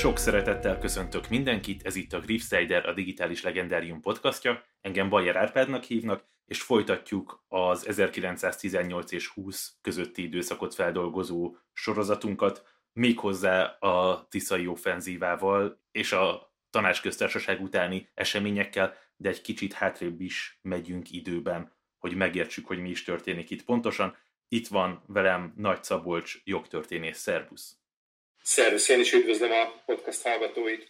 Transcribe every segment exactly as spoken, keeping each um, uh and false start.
Sok szeretettel köszöntök mindenkit, ez itt a Griffsider, a Digitális Legendárium podcastja. Engem Bajer Árpádnak hívnak, és folytatjuk az ezerkilencszáztizennyolc és húsz közötti időszakot feldolgozó sorozatunkat, méghozzá a tiszai offenzívával és a Tanácsköztársaság utáni eseményekkel, de egy kicsit hátrébb is megyünk időben, hogy megértsük, hogy mi is történik itt pontosan. Itt van velem Nagy Szabolcs, jogtörténész, szervusz! Szervusz, én is üdvözlöm a podcast hallgatóit!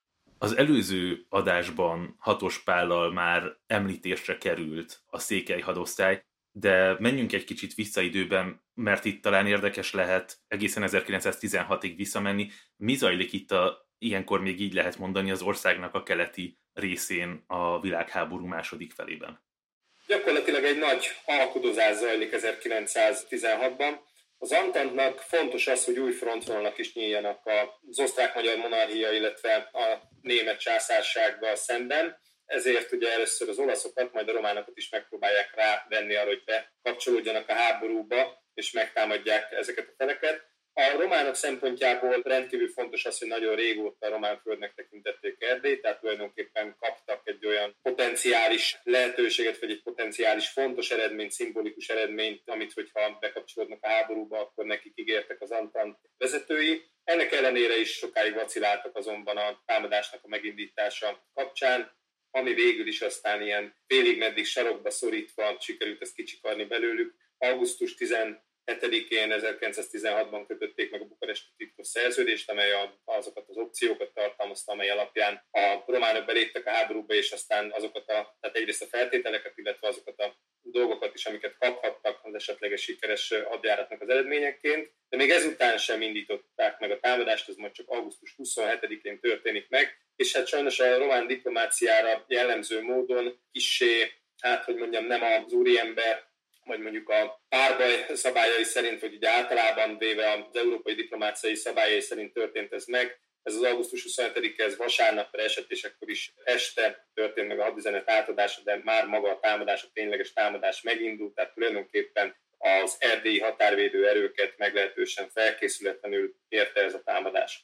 Az előző adásban Hatos Pállal már említésre került a székely hadosztály, de menjünk egy kicsit vissza időben, mert itt talán érdekes lehet egészen ezerkilencszáztizenhatig visszamenni. Mi zajlik itt a, ilyenkor még így lehet mondani, az országnak a keleti részén a világháború második felében? Gyakorlatilag egy nagy alkudozás zajlik ezerkilencszáztizenhatban. Az Antantnak fontos az, hogy új frontvonalak is nyíljanak az osztrák-magyar monarchia, illetve a német császársággal szemben. Ezért ugye először az olaszokat, majd a románokat is megpróbálják rávenni arra, hogy bekapcsolódjanak a háborúba, és megtámadják ezeket a feleket. A románok szempontjából rendkívül fontos az, hogy nagyon régóta a román földnek tekintették Erdélyt, tehát tulajdonképpen kaptak egy olyan potenciális lehetőséget, vagy egy potenciális fontos eredményt, szimbolikus eredményt, amit hogyha bekapcsolódnak a háborúba, akkor nekik ígértek az Antant vezetői. Ennek ellenére is sokáig vaciláltak azonban a támadásnak a megindítása kapcsán, ami végül is aztán ilyen félig-meddig sarokba szorítva sikerült ezt kicsikarni belőlük. augusztus tizenhetedikén ezerkilencszáztizenhatban kötötték meg a bukaresti titkos szerződést, amely azokat az opciókat tartalmazta, amely alapján a románok beléptek a háborúba, és aztán azokat a, tehát egyrészt a feltételeket, illetve azokat a dolgokat is, amiket kaphattak az esetleges sikeres hadjáratnak az eredményeként, de még ezután sem indították meg a támadást, ez majd csak augusztus huszonhetedikén történik meg, és hát sajnos a román diplomáciára jellemző módon kissé, hát hogy mondjam, nem az úriember, vagy mondjuk a párbaj szabályai szerint, vagy ugye általában véve az európai diplomáciai szabályai szerint történt ez meg. Ez az augusztus huszonhetedike, ez vasárnapra esett, és akkor is este történt meg a hadüzenet átadása, de már maga a támadás, a tényleges támadás megindult, tehát tulajdonképpen az erdélyi határvédő erőket meglehetősen felkészületlenül érte ez a támadás.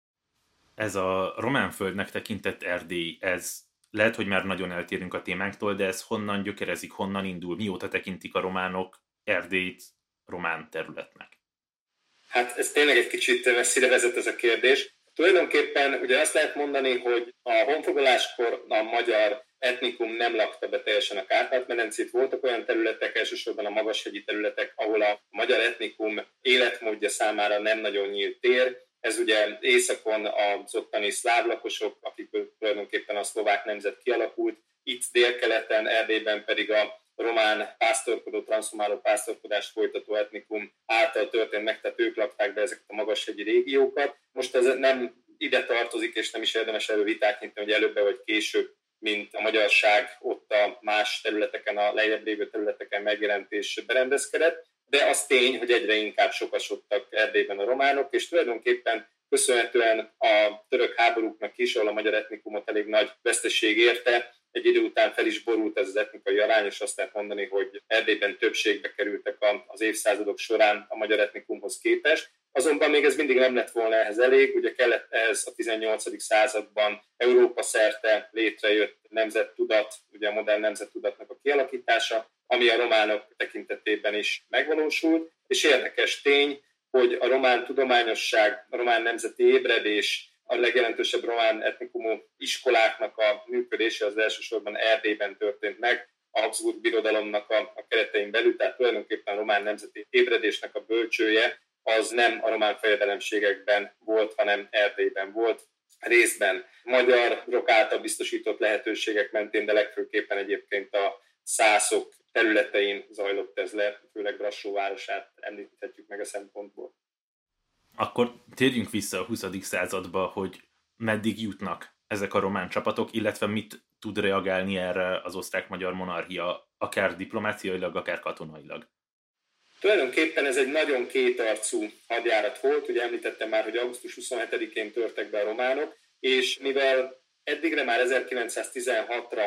Ez a román földnek tekintett Erdély, ez lehet, hogy már nagyon eltérünk a témánktól, de ez honnan gyökerezik, honnan indul, mióta tekintik a románok Erdélyt román területnek? Hát ez tényleg egy kicsit messzire vezet ez a kérdés. Tulajdonképpen ugye azt lehet mondani, hogy a honfoglaláskor a magyar etnikum nem lakta be teljesen a Kárpát-medencét. Voltak olyan területek, elsősorban a magashegyi területek, ahol a magyar etnikum életmódja számára nem nagyon nyílt tér. Ez ugye északon az ottani szláv lakosok, akikből tulajdonképpen a szlovák nemzet kialakult, itt délkeleten, Erdélyben pedig a román pásztorkodó, transzhumáló pásztorkodást folytató etnikum által történt meg, tehát ők lakták be ezeket a magashegyi régiókat. Most ez nem ide tartozik, és nem is érdemes erről vitát nyitni, hogy előbb vagy később, mint a magyarság ott a más területeken, a lejjebb lévő területeken megjelent és berendezkedett, de az tény, hogy egyre inkább sokasodtak Erdélyben a románok, és tulajdonképpen köszönhetően a török háborúknak is, ahol a magyar etnikumot elég nagy veszteség érte, egy idő után fel is borult ez az etnikai arány, és azt lehet mondani, hogy Erdélyben többségbe kerültek az évszázadok során a magyar etnikumhoz képest. Azonban még ez mindig nem lett volna ehhez elég, ugye kellett ez a tizennyolcadik században Európa szerte létrejött nemzettudat, ugye a modern nemzettudatnak a kialakítása, ami a románok tekintetében is megvalósult, és érdekes tény, hogy a román tudományosság, a román nemzeti ébredés, a legjelentősebb román etnikumú iskoláknak a működése az elsősorban Erdélyben történt meg, a Habsburg birodalomnak a, a keretein belül, tehát tulajdonképpen a román nemzeti ébredésnek a bölcsője az nem a román fejedelemségekben volt, hanem Erdélyben volt. Részben magyarok által biztosított lehetőségek mentén, de legfőképpen egyébként a szászok területein zajlott ez le, főleg Brassó városát említhetjük meg a szempontból. Akkor térjünk vissza a huszadik századba, hogy meddig jutnak ezek a román csapatok, illetve mit tud reagálni erre az osztrák-magyar monarchia, akár diplomáciailag, akár katonailag. Tulajdonképpen ez egy nagyon kétarcú hadjárat volt, ugye említettem már, hogy augusztus huszonhetedikén törtek be a románok, és mivel eddigre már ezerkilencszáztizenhatra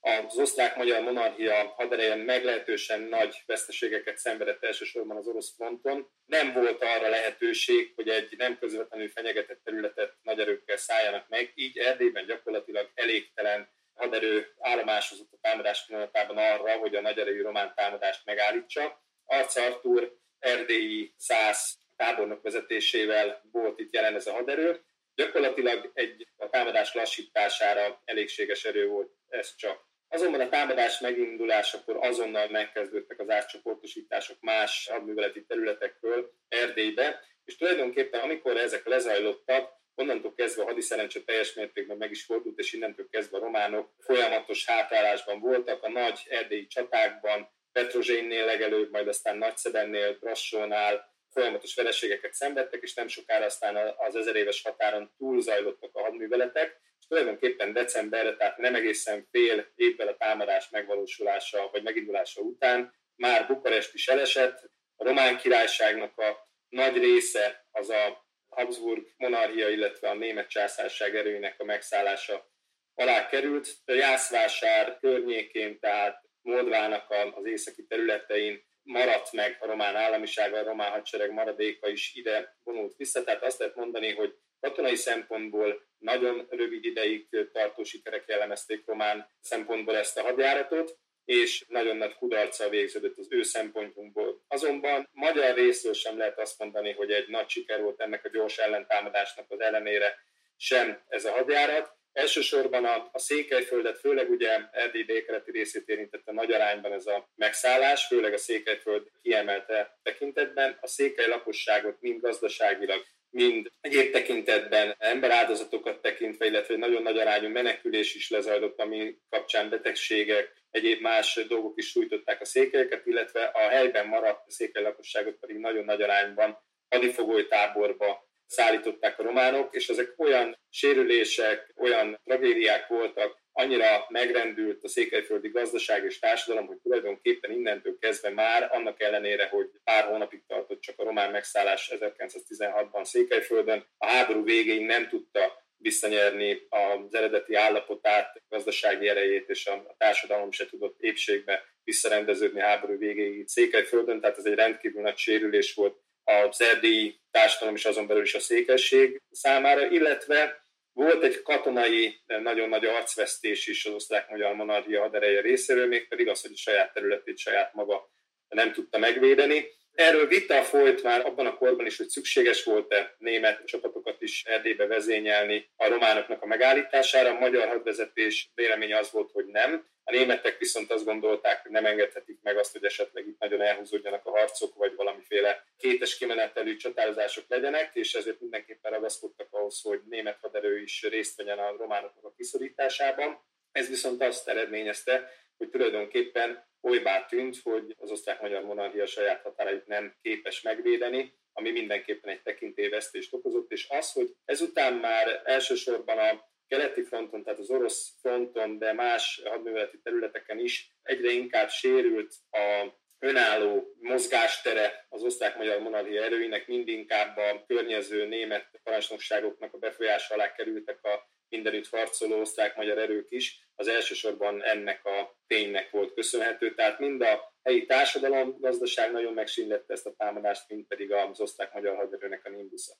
az osztrák-magyar monarchia hadereje meglehetősen nagy veszteségeket szenvedett elsősorban az orosz fronton. Nem volt arra lehetőség, hogy egy nem közvetlenül fenyegetett területet nagy erőkkel szálljanak meg, így Erdélyben gyakorlatilag elégtelen haderő állomásozott a támadás pillanatában arra, hogy a nagy erejű román támadást megállítsa. Arcz Artúr erdélyi szász tábornok vezetésével volt itt jelen ez a haderő. Gyakorlatilag egy a támadás lassítására elégséges erő volt ez csak. Azonban a támadás megindulásakor azonnal megkezdődtek az átcsoportosítások más hadműveleti területekről Erdélybe, és tulajdonképpen amikor ezek lezajlottak, onnantól kezdve a hadiszerencse teljes mértékben meg is fordult, és innentől kezdve a románok folyamatos hátrálásban voltak. A nagy erdélyi csatákban, Petrozsénnél legelőbb, majd aztán Nagyszebennél, Brassónál folyamatos vereségeket szenvedtek, és nem sokára aztán az ezeréves határon túl zajlottak a hadműveletek, és tulajdonképpen decemberre, tehát nem egészen fél évvel a támadás megvalósulása vagy megindulása után már Bukarest is elesett, a Román Királyságnak a nagy része az a Habsburg monarchia, illetve a német császárság erőinek a megszállása alá került. A Jászvásár környékén, tehát Moldvának az északi területein maradt meg a román államiság, a román hadsereg maradéka is ide vonult vissza. Tehát azt lehet mondani, hogy katonai szempontból nagyon rövid ideig tartó sikerek jellemezték román szempontból ezt a hadjáratot, és nagyon nagy kudarccal végződött az ő szempontjunkból. Azonban magyar részről sem lehet azt mondani, hogy egy nagy siker volt ennek a gyors ellentámadásnak az ellenére sem ez a hadjárat. Elsősorban a, a Székelyföldet, főleg ugye Erdély délkeleti részét érintette nagy arányban ez a megszállás, főleg a Székelyföld kiemelte tekintetben. A székely lakosságot mind gazdaságilag, mind egyéb tekintetben emberáldozatokat tekintve, illetve nagyon nagy arányú menekülés is lezajlott, ami kapcsán betegségek, egyéb más dolgok is sújtották a székelyeket, illetve a helyben maradt székely lakosságot pedig nagyon nagy arányban hadifogoly táborba szállították a románok, és ezek olyan sérülések, olyan tragédiák voltak, annyira megrendült a székelyföldi gazdaság és társadalom, hogy tulajdonképpen innentől kezdve már, annak ellenére, hogy pár hónapig tartott csak a román megszállás ezerkilencszáztizenhatban Székelyföldön, a háború végéig nem tudta visszanyerni az eredeti állapotát, gazdasági erejét, és a társadalom se tudott épségbe visszarendeződni a háború végéig Székelyföldön, tehát ez egy rendkívül nagy sérülés volt az erdélyi társadalom és azon belül is a székelység számára, illetve volt egy katonai nagyon nagy arcvesztés is az osztrák-magyar monarchia hadereje részéről, mégpedig az, hogy a saját területét saját maga nem tudta megvédeni. Erről vita folyt már abban a korban is, hogy szükséges volt-e német csapatokat is Erdélybe vezényelni a románoknak a megállítására. A magyar hadvezetés véleménye az volt, hogy nem. A németek viszont azt gondolták, hogy nem engedhetik meg azt, hogy esetleg itt nagyon elhúzódjanak a harcok, vagy valamiféle kétes kimenetelű csatározások legyenek, és ezért mindenképpen ragaszkodtak ahhoz, hogy német haderő is részt vegyen a románoknak a kiszorításában. Ez viszont azt eredményezte, hogy tulajdonképpen olybá tűnt, hogy az osztrák-magyar monarchia saját határait nem képes megvédeni, ami mindenképpen egy tekintélyvesztést okozott, és az, hogy ezután már elsősorban a keleti fronton, tehát az orosz fronton, de más hadműveleti területeken is egyre inkább sérült a önálló mozgástere az osztrák-magyar monarchia erőinek, mindinkább a környező német parancsnokságoknak a befolyása alá kerültek a mindenütt harcoló osztrák-magyar erők is, az elsősorban ennek a ténynek volt köszönhető. Tehát mind a helyi társadalom, gazdaság nagyon megsínlette ezt a támadást, mind pedig az osztrák-magyar haderőnek a nimbusza.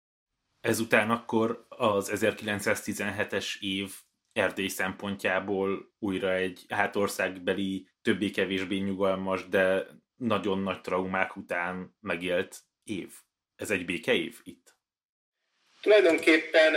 Ezután akkor az ezerkilencszáztizenhetes év Erdély szempontjából újra egy hát országbeli, többé-kevésbé nyugalmas, de nagyon nagy traumák után megélt év. Ez egy békeév itt? Tulajdonképpen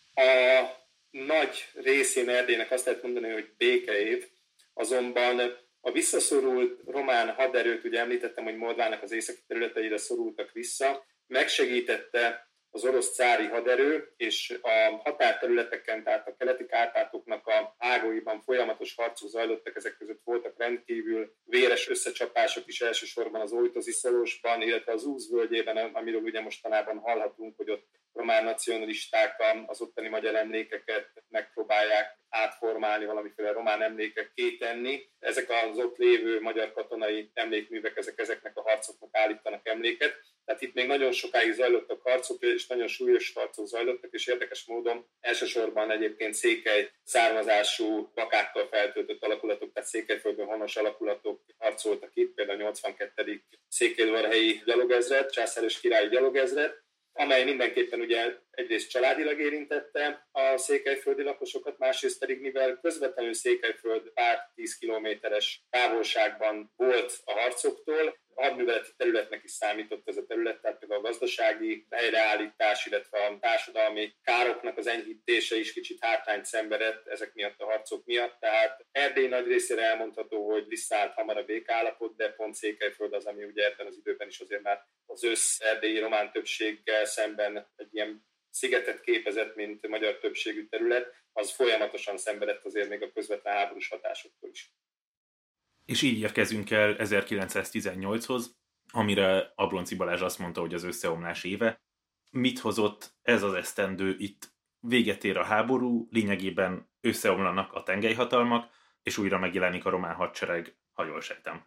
a nagy részén Erdélynek azt lehet mondani, hogy békeév, azonban a visszaszorult román haderőt, ugye említettem, hogy Moldvának az északi területeire szorultak vissza, megsegítette az orosz cári haderő, és a határterületeken, tehát a keleti Kárpátoknak a ágóiban folyamatos harcok zajlottak, ezek között voltak rendkívül véres összecsapások is, elsősorban az Ojtozi-szorosban, illetve az Úz völgyében, amiről ugye mostanában hallhatunk, hogy ott román nacionalisták az ottani magyar emlékeket megpróbálják átformálni, valamiféle román emlékekké tenni. Ezek az ott lévő magyar katonai emlékművek, ezek ezeknek a harcoknak állítanak emléket. Tehát itt még nagyon sokáig zajlottak harcok, és nagyon súlyos harcok zajlottak, és érdekes módon elsősorban egyébként székely származású vakákkal feltöltött alakulatok, tehát Székelyföldön honos alakulatok harcoltak itt, például a nyolcvankettedik székelyudvarhelyi gyalogezred, császáros királyi gyalogezred, amely mindenképpen ugye egyrészt családilag érintette a székelyföldi lakosokat, másrészt pedig mivel közvetlenül Székelyföld pár tíz kilométeres távolságban volt a harcoktól, hadműveleti területnek is számított ez a terület, tehát például a gazdasági helyreállítás, illetve a társadalmi károknak az enyhítése is kicsit hátrányt szenvedett ezek miatt a harcok miatt. Tehát Erdély nagy részére elmondható, hogy visszaállt hamar a békállapot, de pont Székelyföld az, ami ugye ebben az időben is azért már az össz-erdélyi román többséggel szemben egy ilyen szigetet képezett, mint magyar többségű terület, az folyamatosan szenvedett azért még a közvetlen háborús hatásoktól is. És így érkezünk el ezerkilencszáztizennyolchoz, amire Ablonczy Balázs azt mondta, hogy az összeomlás éve. Mit hozott ez az esztendő? Itt véget ér a háború, lényegében összeomlanak a tengelyhatalmak, és újra megjelenik a román hadsereg, ha jól sejtem.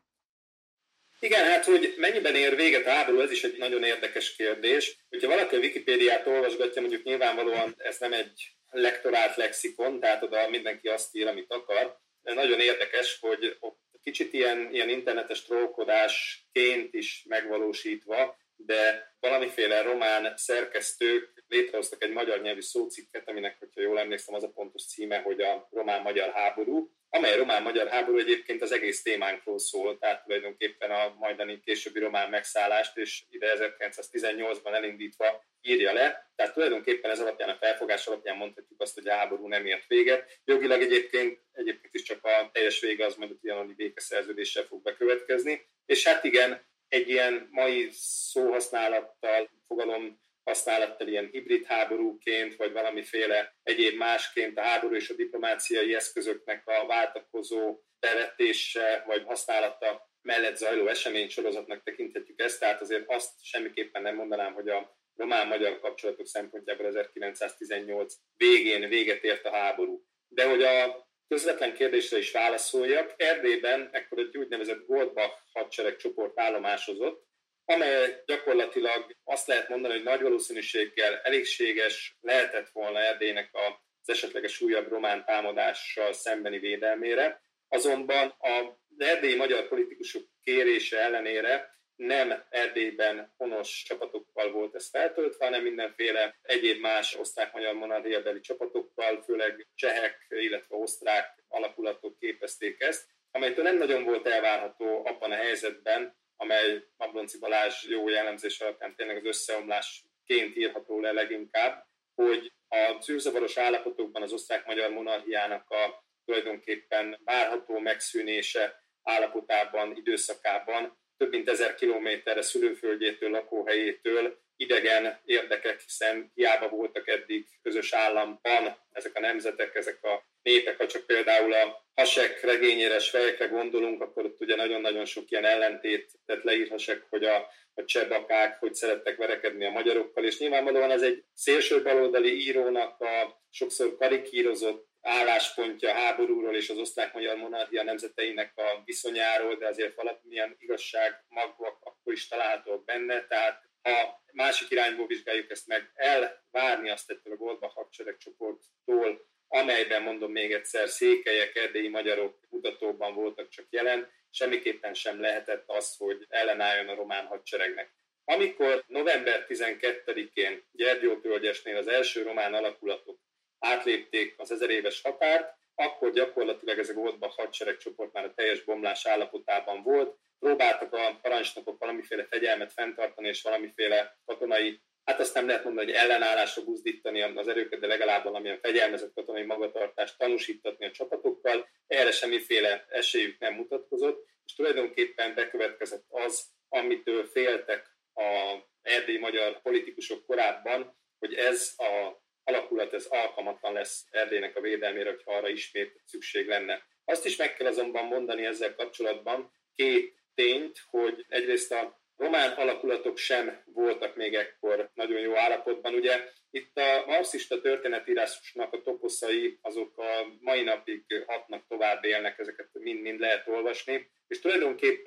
Igen, hát hogy mennyiben ér véget a háború, ez is egy nagyon érdekes kérdés. Hogyha valaki a Wikipédiát olvasgatja, mondjuk nyilvánvalóan ez nem egy lektorált lexikon, tehát oda mindenki azt ír, amit akar, de nagyon érdekes, hogy ott kicsit ilyen, ilyen internetes trollkodásként is megvalósítva, de valamiféle román szerkesztők létrehoztak egy magyar nyelvű szócikket, aminek, hogyha jól emlékszem, az a pontos címe, hogy a román-magyar háború, amely román-magyar háború egyébként az egész témánkról szól, tehát tulajdonképpen a majdani későbbi román megszállást, és ide ezerkilencszáztizennyolcban elindítva írja le. Tehát tulajdonképpen ez alapján, a felfogás alapján mondhatjuk azt, hogy a háború nem ért véget. Jogilag egyébként, egyébként is csak a teljes vége az majd a trianoni békeszerződéssel fog bekövetkezni. És hát igen, egy ilyen mai szóhasználattal, fogalom használattal ilyen hibrid háborúként, vagy valamiféle egyéb másként a háború és a diplomáciai eszközöknek a váltakozó bevetése, vagy használata mellett zajló eseménysorozatnak tekinthetjük ezt, tehát azért azt semmiképpen nem mondanám, hogy a román-magyar kapcsolatok szempontjából ezerkilencszáztizennyolc végén véget ért a háború. De hogy a közvetlen kérdésre is válaszoljak, Erdélyben ekkor egy úgynevezett Goldbach hadseregcsoport állomásozott, amely gyakorlatilag azt lehet mondani, hogy nagy valószínűséggel elégséges lehetett volna Erdélynek az esetleges újabb román támadással szembeni védelmére. Azonban az erdélyi magyar politikusok kérése ellenére nem Erdélyben honos csapatokkal volt ez feltöltve, hanem mindenféle egyéb más osztrák-magyar monarchiabeli csapatokkal, főleg csehek, illetve osztrák alakulatok képezték ezt, amelytől nem nagyon volt elvárható abban a helyzetben, amely Ablonczy Balázs jó jellemzés alapján tényleg az összeomlásként írható le leginkább, hogy a zűrzavaros állapotokban az osztrák-magyar monarchiának a tulajdonképpen várható megszűnése állapotában, időszakában több mint ezer kilométerre szülőföldjétől, lakóhelyétől idegen érdekek, hiszen hiába voltak eddig közös államban ezek a nemzetek, ezek a népek, ha csak például a Hasek regényéres fejekre gondolunk, akkor ott ugye nagyon-nagyon sok ilyen ellentétet leír Hasek, hogy a, a csehbakák hogy szerettek verekedni a magyarokkal, és nyilvánvalóan ez egy szélső baloldali írónak a sokszor karikírozott álláspontja a háborúról és az osztrák-magyar monarchia nemzeteinek a viszonyáról, de azért valamilyen igazság magvak akkor is találhatók benne, tehát ha másik irányból vizsgáljuk ezt meg, elvárni azt ettől a Goldbach hadseregcsoporttól, amelyben, mondom még egyszer, székelyek, erdélyi magyarok mutatóban voltak csak jelen, semmiképpen sem lehetett az, hogy ellenálljon a román hadseregnek. Amikor november tizenkettedikén Gyergyótölgyesnél az első román alakulatok átlépték az ezeréves határt, akkor gyakorlatilag ez a Goldbach hadseregcsoport már a teljes bomlás állapotában volt. Próbáltak a parancsnokok valamiféle fegyelmet fenntartani, és valamiféle katonai, hát azt nem lehet mondani, hogy ellenállásra buzdítani az erőket, de legalább valamilyen fegyelmezett katonai magatartást tanúsítatni a csapatokkal. Erre semmiféle esélyük nem mutatkozott, és tulajdonképpen bekövetkezett az, amitől féltek az erdélyi magyar politikusok korábban, hogy ez a alakulat, ez alkalmatlan lesz Erdélynek a védelmére, hogyha arra ismét szükség lenne. Azt is meg kell azonban mondani ezzel kapcsolatban két tényt, hogy egyrészt a román alakulatok sem voltak még ekkor nagyon jó állapotban. Ugye itt a marxista történetírásnak a toposzai azok a mai napig hatnak, tovább élnek, ezeket mind-mind lehet olvasni, és tulajdonképpen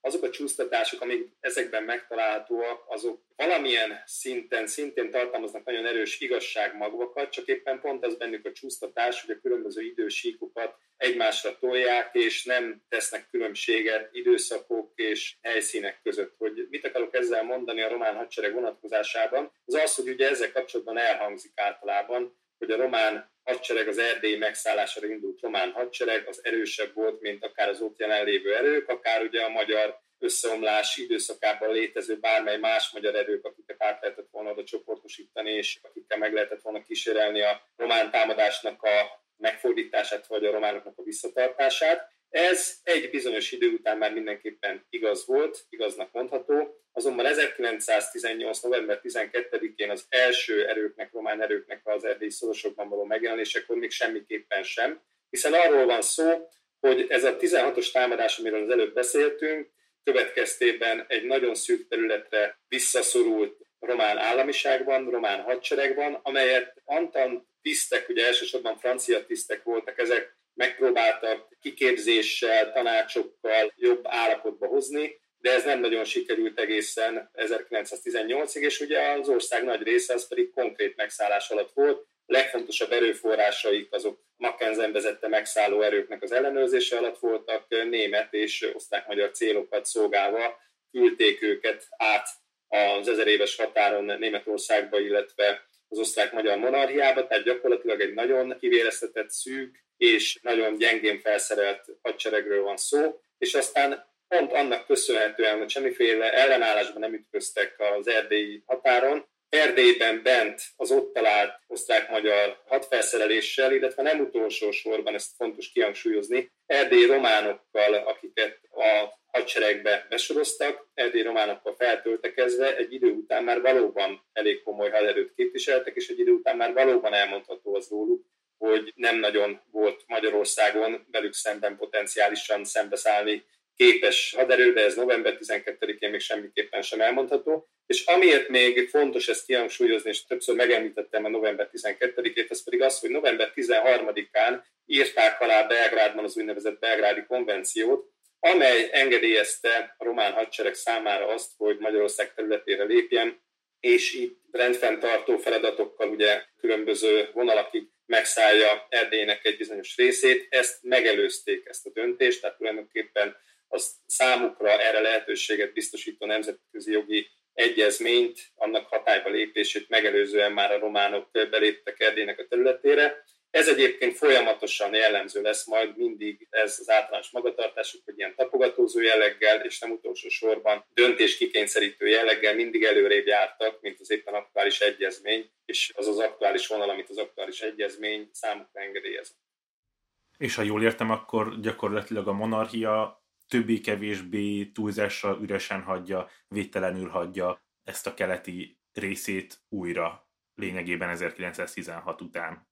azok a csúsztatások, amik ezekben megtalálhatóak, azok valamilyen szinten szintén tartalmaznak nagyon erős igazságmagvakat, csak éppen pont az bennük a csúsztatás, hogy a különböző idősíkokat egymásra tolják, és nem tesznek különbséget időszakok és helyszínek között. Hogy mit akarok ezzel mondani a román hadsereg vonatkozásában, az az, hogy ugye ezzel kapcsolatban elhangzik általában, hogy a román hadsereg, az erdélyi megszállására indult román hadsereg, az erősebb volt, mint akár az ott jelenlévő erők, akár ugye a magyar összeomlás időszakában létező bármely más magyar erők, akiket át lehetett volna oda csoportosítani, és akikkel meg lehetett volna kísérelni a román támadásnak a megfordítását, vagy a románoknak a visszatartását. Ez egy bizonyos idő után már mindenképpen igaz volt, igaznak mondható, azonban ezerkilencszáztizennyolc. november tizenkettedikén az első erőknek, román erőknek az erdélyi szorosokban való megjelenésekor még semmiképpen sem, hiszen arról van szó, hogy ez a tizenhatos támadás, amiről az előbb beszéltünk, következtében egy nagyon szűk területre visszaszorult román államiságban, román hadseregban, amelyet antan tisztek, ugye elsősorban francia tisztek voltak, ezek megpróbáltak kiképzéssel, tanácsokkal jobb állapotba hozni, de ez nem nagyon sikerült egészen ezerkilencszáztizennyolcig, és ugye az ország nagy része az pedig konkrét megszállás alatt volt. A legfontosabb erőforrásaik azok Mackensen vezette megszálló erőknek az ellenőrzése alatt voltak, német és osztrák-magyar célokat szolgálva küldték őket át az ezeréves határon Németországba, illetve az osztrák-magyar monarchiába, tehát gyakorlatilag egy nagyon kivéreztetett, szűk és nagyon gyengén felszerelt hadseregről van szó, és aztán pont annak köszönhetően, hogy semmiféle ellenállásban nem ütköztek az erdélyi határon, Erdélyben bent az ott talált osztrák-magyar hadfelszereléssel, illetve nem utolsó sorban, ezt fontos kihangsúlyozni, erdélyi románokkal, akiket a hadseregbe besoroztak, erdélyi románokkal feltöltekezve egy idő után már valóban elég komoly haderőt képviseltek, és egy idő után már valóban elmondható az róluk, hogy nem nagyon volt Magyarországon velük szemben potenciálisan szembeszállni képes haderő, de ez november tizenkettedikén még semmiképpen sem elmondható. És amiért még fontos ezt kihangsúlyozni, és többször megemlítettem a november tizenkettedikét, ez pedig az, hogy november tizenharmadikán írták alá Belgrádban az úgynevezett Belgrádi konvenciót, amely engedélyezte a román hadsereg számára azt, hogy Magyarország területére lépjen, és így rendfenntartó feladatokkal ugye különböző vonalakig megszállja Erdélynek egy bizonyos részét. Ezt megelőzték, ezt a döntést, tehát tulajdonképpen az számukra erre lehetőséget biztosító nemzetközi jogi egyezményt, annak hatályba lépését megelőzően már a románok beléptek Erdélynek a területére. Ez egyébként folyamatosan jellemző lesz majd mindig ez az általános magatartásuk, hogy ilyen tapogatózó jelleggel, és nem utolsó sorban döntés kikényszerítő jelleggel mindig előrébb jártak, mint az éppen aktuális egyezmény, és az az aktuális vonal, amit az aktuális egyezmény számukra engedélyez. És ha jól értem, akkor gyakorlatilag a monarchia többé-kevésbé túlzással üresen hagyja, védtelenül hagyja ezt a keleti részét újra, lényegében ezerkilencszáztizenhat után.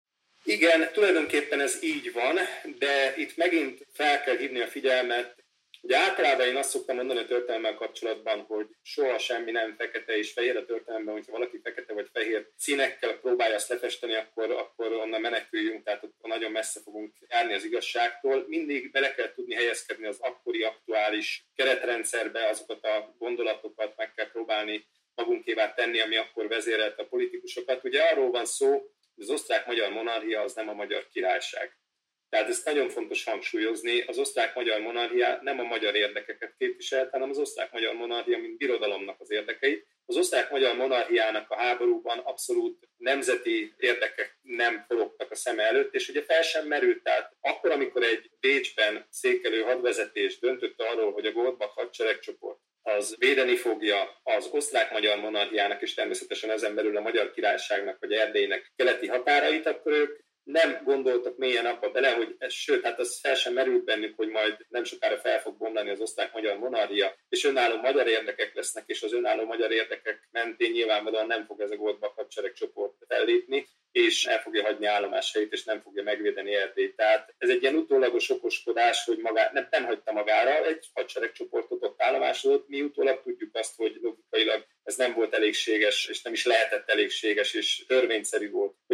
Igen, tulajdonképpen ez így van, de itt megint fel kell hívni a figyelmet. Ugye általában én azt szoktam mondani a történelemmel kapcsolatban, hogy soha semmi nem fekete és fehér a történelemben, hogyha valaki fekete vagy fehér színekkel próbálja azt lefesteni, akkor, akkor onnan meneküljünk, tehát akkor nagyon messze fogunk járni az igazságtól. Mindig bele kell tudni helyezkedni az akkori aktuális keretrendszerbe, azokat a gondolatokat meg kell próbálni magunkévá tenni, ami akkor vezérelte a politikusokat. Ugye arról van szó, hogy az osztrák-magyar monarchia az nem a magyar királyság. Tehát ezt nagyon fontos hangsúlyozni, az osztrák-magyar monarchia nem a magyar érdekeket képviselt, hanem az osztrák-magyar monarchia, mint birodalomnak az érdekeit. Az osztrák-magyar monarchiának a háborúban abszolút nemzeti érdekek nem forogtak a szeme előtt, és ugye fel sem merült. Tehát akkor, amikor egy Bécsben székelő hadvezetés döntött arról, hogy a Goldbach hadseregcsoport az védeni fogja az osztrák-magyar monarchiának, és természetesen ezen belül a Magyar Királyságnak vagy Erdélynek keleti határait, akkor ők nem gondoltak mélyen abba bele, hogy ez, sőt, hát az fel sem merült bennük, hogy majd nem sokára fel fog bomlani az osztrák-magyar monarchia, és önálló magyar érdekek lesznek, és az önálló magyar érdekek mentén nyilvánvalóan nem fog ez a Goldbach hadseregcsoport fellépni, és el fogja hagyni állomáshelyét, és nem fogja megvédeni Erdélyt. Tehát ez egy ilyen utólagos okoskodás, hogy magá, nem, nem hagyta magára, egy hadseregcsoportot ott állomásodott, mi utólag tudjuk azt, hogy logikailag ez nem volt elégséges, és nem is lehetett elégséges, és törvényszerű volt, hogy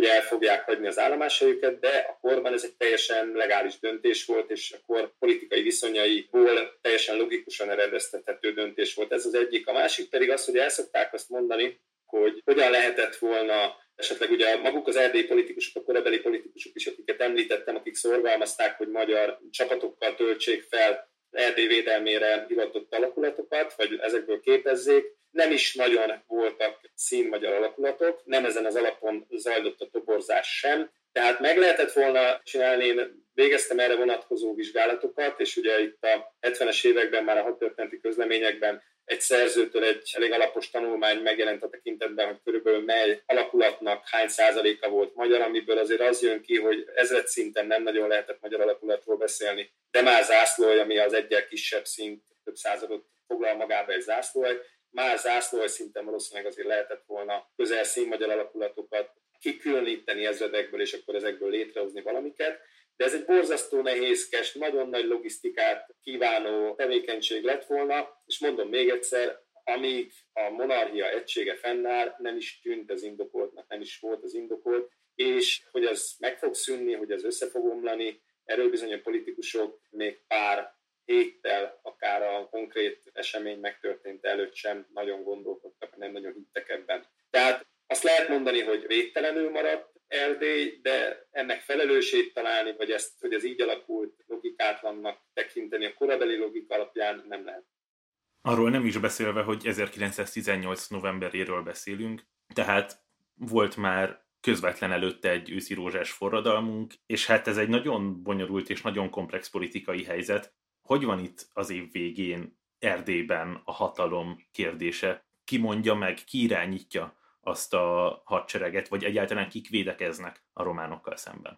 hogy el fogják hagyni az állomáshelyüket, de a korban ez egy teljesen legális döntés volt, és a kor politikai viszonyaiból teljesen logikusan eredeztethető döntés volt. Ez az egyik. A másik pedig az, hogy el szokták azt mondani, hogy hogyan lehetett volna esetleg ugye maguk az erdélyi politikusok, a korabeli politikusok is, akiket említettem, akik szorgalmazták, hogy magyar csapatokkal töltsék fel Erdély védelmére hivatott alakulatokat, vagy ezekből képezzék. Nem is nagyon voltak színmagyar alakulatok, nem ezen az alapon zajlott a toborzás sem. Tehát meg lehetett volna csinálni, én végeztem erre vonatkozó vizsgálatokat, és ugye itt a hetvenes években már a hadtörténeti közleményekben egy szerzőtől egy elég alapos tanulmány megjelent a tekintetben, hogy körülbelül mely alakulatnak hány százaléka volt magyar, amiből azért az jön ki, hogy ezred szinten nem nagyon lehetett magyar alakulatról beszélni, de már zászlóaj, ami az egyel kisebb szint, több századot foglal magába egy zászlóaj, már zászlóaj szinten valószínűleg azért lehetett volna közel színmagyar alakulatokat kikülöníteni ezredekből, és akkor ezekből létrehozni valamiket. De ez egy borzasztó nehézkes, nagyon nagy logisztikát kívánó tevékenység lett volna, és mondom még egyszer, amíg a monarchia egysége fennáll, nem is tűnt az indokoltnak, nem is volt az indokolt, és hogy ez meg fog szűnni, hogy ez össze fog omlani, erről bizony a politikusok még pár héttel, akár a konkrét esemény megtörtént előtt sem nagyon gondolkodtak, nem nagyon hittek ebben. Tehát azt lehet mondani, hogy védtelenül maradt Erdély, de ennek felelősét találni, vagy ezt, hogy ez így alakult, logikátlannak tekinteni a korabeli logika alapján nem lehet. Arról nem is beszélve, hogy ezerkilencszáztizennyolc novemberéről beszélünk, tehát volt már közvetlen előtte egy őszi rózsás forradalmunk, és hát ez egy nagyon bonyolult és nagyon komplex politikai helyzet. Hogy van itt az év végén Erdélyben a hatalom kérdése? Ki mondja meg, ki irányítja azt a hadsereget, vagy egyáltalán kik védekeznek a románokkal szemben?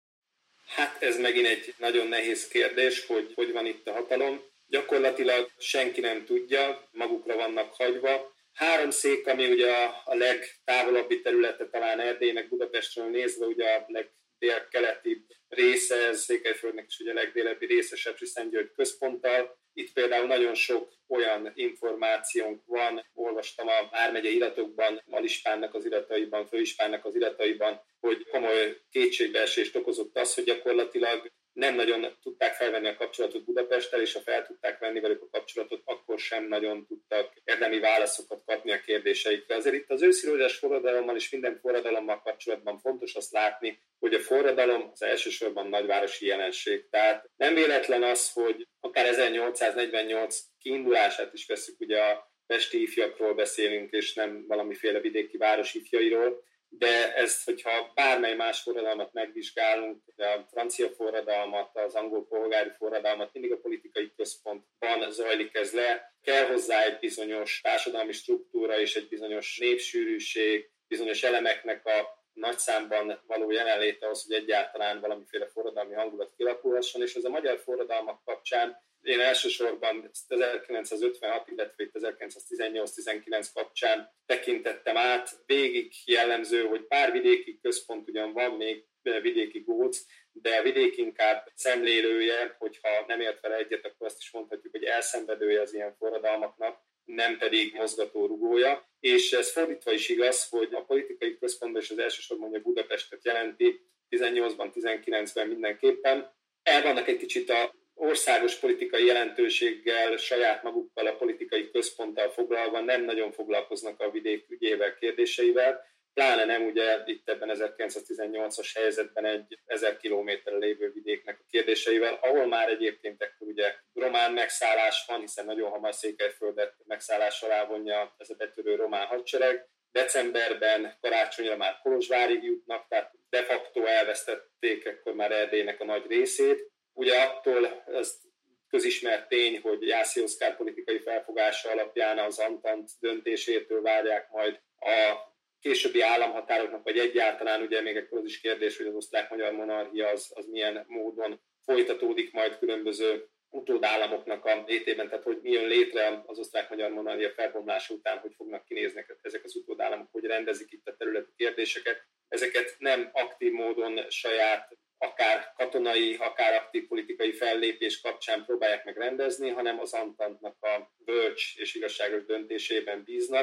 Hát ez megint egy nagyon nehéz kérdés, hogy hogy van itt a hatalom. Gyakorlatilag senki nem tudja, magukra vannak hagyva. Három szék, ami ugye a, a legtávolabbi területe talán Erdélynek Budapestről nézve, ugye a legdélkeleti része, ez Székelyföldnek is ugye a legdélebbi része Sepsiszentgyörgy központtal. Itt például nagyon sok olyan információnk van, olvastam a vármegye iratokban, Alispánnak az irataiban, Főispánnak az irataiban, hogy komoly kétségbeesést okozott az, hogy gyakorlatilag nem nagyon tudták felvenni a kapcsolatot Budapesttel, és ha fel tudták venni velük a kapcsolatot, akkor sem nagyon tudtak érdemi válaszokat kapni a kérdéseikre. Azért itt az őszi rózsás forradalommal és minden forradalommal kapcsolatban fontos azt látni, hogy a forradalom az elsősorban nagyvárosi jelenség. Tehát nem véletlen az, hogy akár ezernyolcszáznegyvennyolc kiindulását is veszük, ugye a pesti ifjakról beszélünk, és nem valamiféle vidéki város ifjairól, de ezt, hogyha bármely más forradalmat megvizsgálunk, a francia forradalmat, az angol polgári forradalmat, mindig a politikai központban zajlik ez le. Kell hozzá egy bizonyos társadalmi struktúra és egy bizonyos népsűrűség, bizonyos elemeknek a nagy számban való jelenléte ahhoz, hogy egyáltalán valamiféle forradalmi hangulat kialakulhasson, és ez a magyar forradalmak kapcsán én elsősorban ezerkilencszázötvenhat, illetve ezerkilencszáztizennyolc-tizenkilenc kapcsán tekintettem át. Végig jellemző, hogy pár vidéki központ ugyan van, még vidéki góc, de a vidék inkább szemlélője, hogyha nem ért vele egyet, akkor azt is mondhatjuk, hogy elszenvedője az ilyen forradalmaknak, nem pedig mozgató rugója. És ez fordítva is igaz, hogy a politikai központban is az elsősorban mondja Budapestet jelenti, tizennyolcban, tizenkilencben mindenképpen. El vannak egy kicsit a országos politikai jelentőséggel, saját magukkal, a politikai központtal foglalva, nem nagyon foglalkoznak a vidék ügyével, kérdéseivel, pláne nem ugye itt ebben ezerkilencszáztizennyolcas helyzetben egy ezer kilométerre lévő vidéknek a kérdéseivel, ahol már egyébként ekkor ugye román megszállás van, hiszen nagyon hamar Székelyföldet megszállás alá vonja ez a betörő román hadsereg. Decemberben, karácsonyra már Kolozsvárig jutnak, tehát de facto elvesztették ekkor már Erdélynek a nagy részét. Ugye attól az közismert tény, hogy Jászai Oszkár politikai felfogása alapján az Antant döntésétől várják majd a későbbi államhatároknak, vagy egyáltalán ugye még ekkor az is kérdés, hogy az osztrák-magyar monarchia az, az milyen módon folytatódik majd különböző utódállamoknak a létében, tehát hogy mi jön létre az osztrák-magyar monarchia felbomlása után, hogy fognak kinézni ezek az utódállamok, hogy rendezik itt a területi kérdéseket. Ezeket nem aktív módon saját akár katonai, akár aktív politikai fellépés kapcsán próbálják meg rendezni, hanem az Antantnak a bölcs és igazságos döntésében bíznak.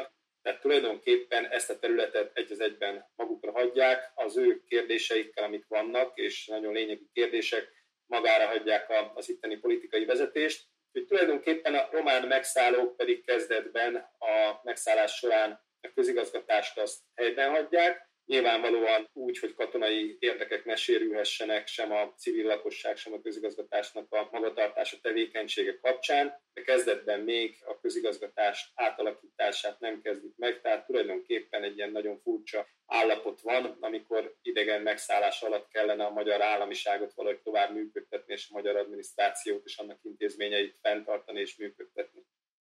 Tehát tulajdonképpen ezt a területet egy az egyben magukra hagyják, az ő kérdéseikkel, amik vannak, és nagyon lényegi kérdések, magára hagyják az itteni politikai vezetést. Úgyhogy tulajdonképpen a román megszállók pedig kezdetben a megszállás során a közigazgatást azt helyben hagyják, nyilvánvalóan úgy, hogy katonai érdekek ne sérülhessenek sem a civil lakosság, sem a közigazgatásnak a magatartása, tevékenysége kapcsán, de kezdetben még a közigazgatás átalakítását nem kezdik meg, tehát tulajdonképpen egy ilyen nagyon furcsa állapot van, amikor idegen megszállás alatt kellene a magyar államiságot valahogy tovább működtetni, és a magyar adminisztrációt és annak intézményeit fenntartani és működtetni.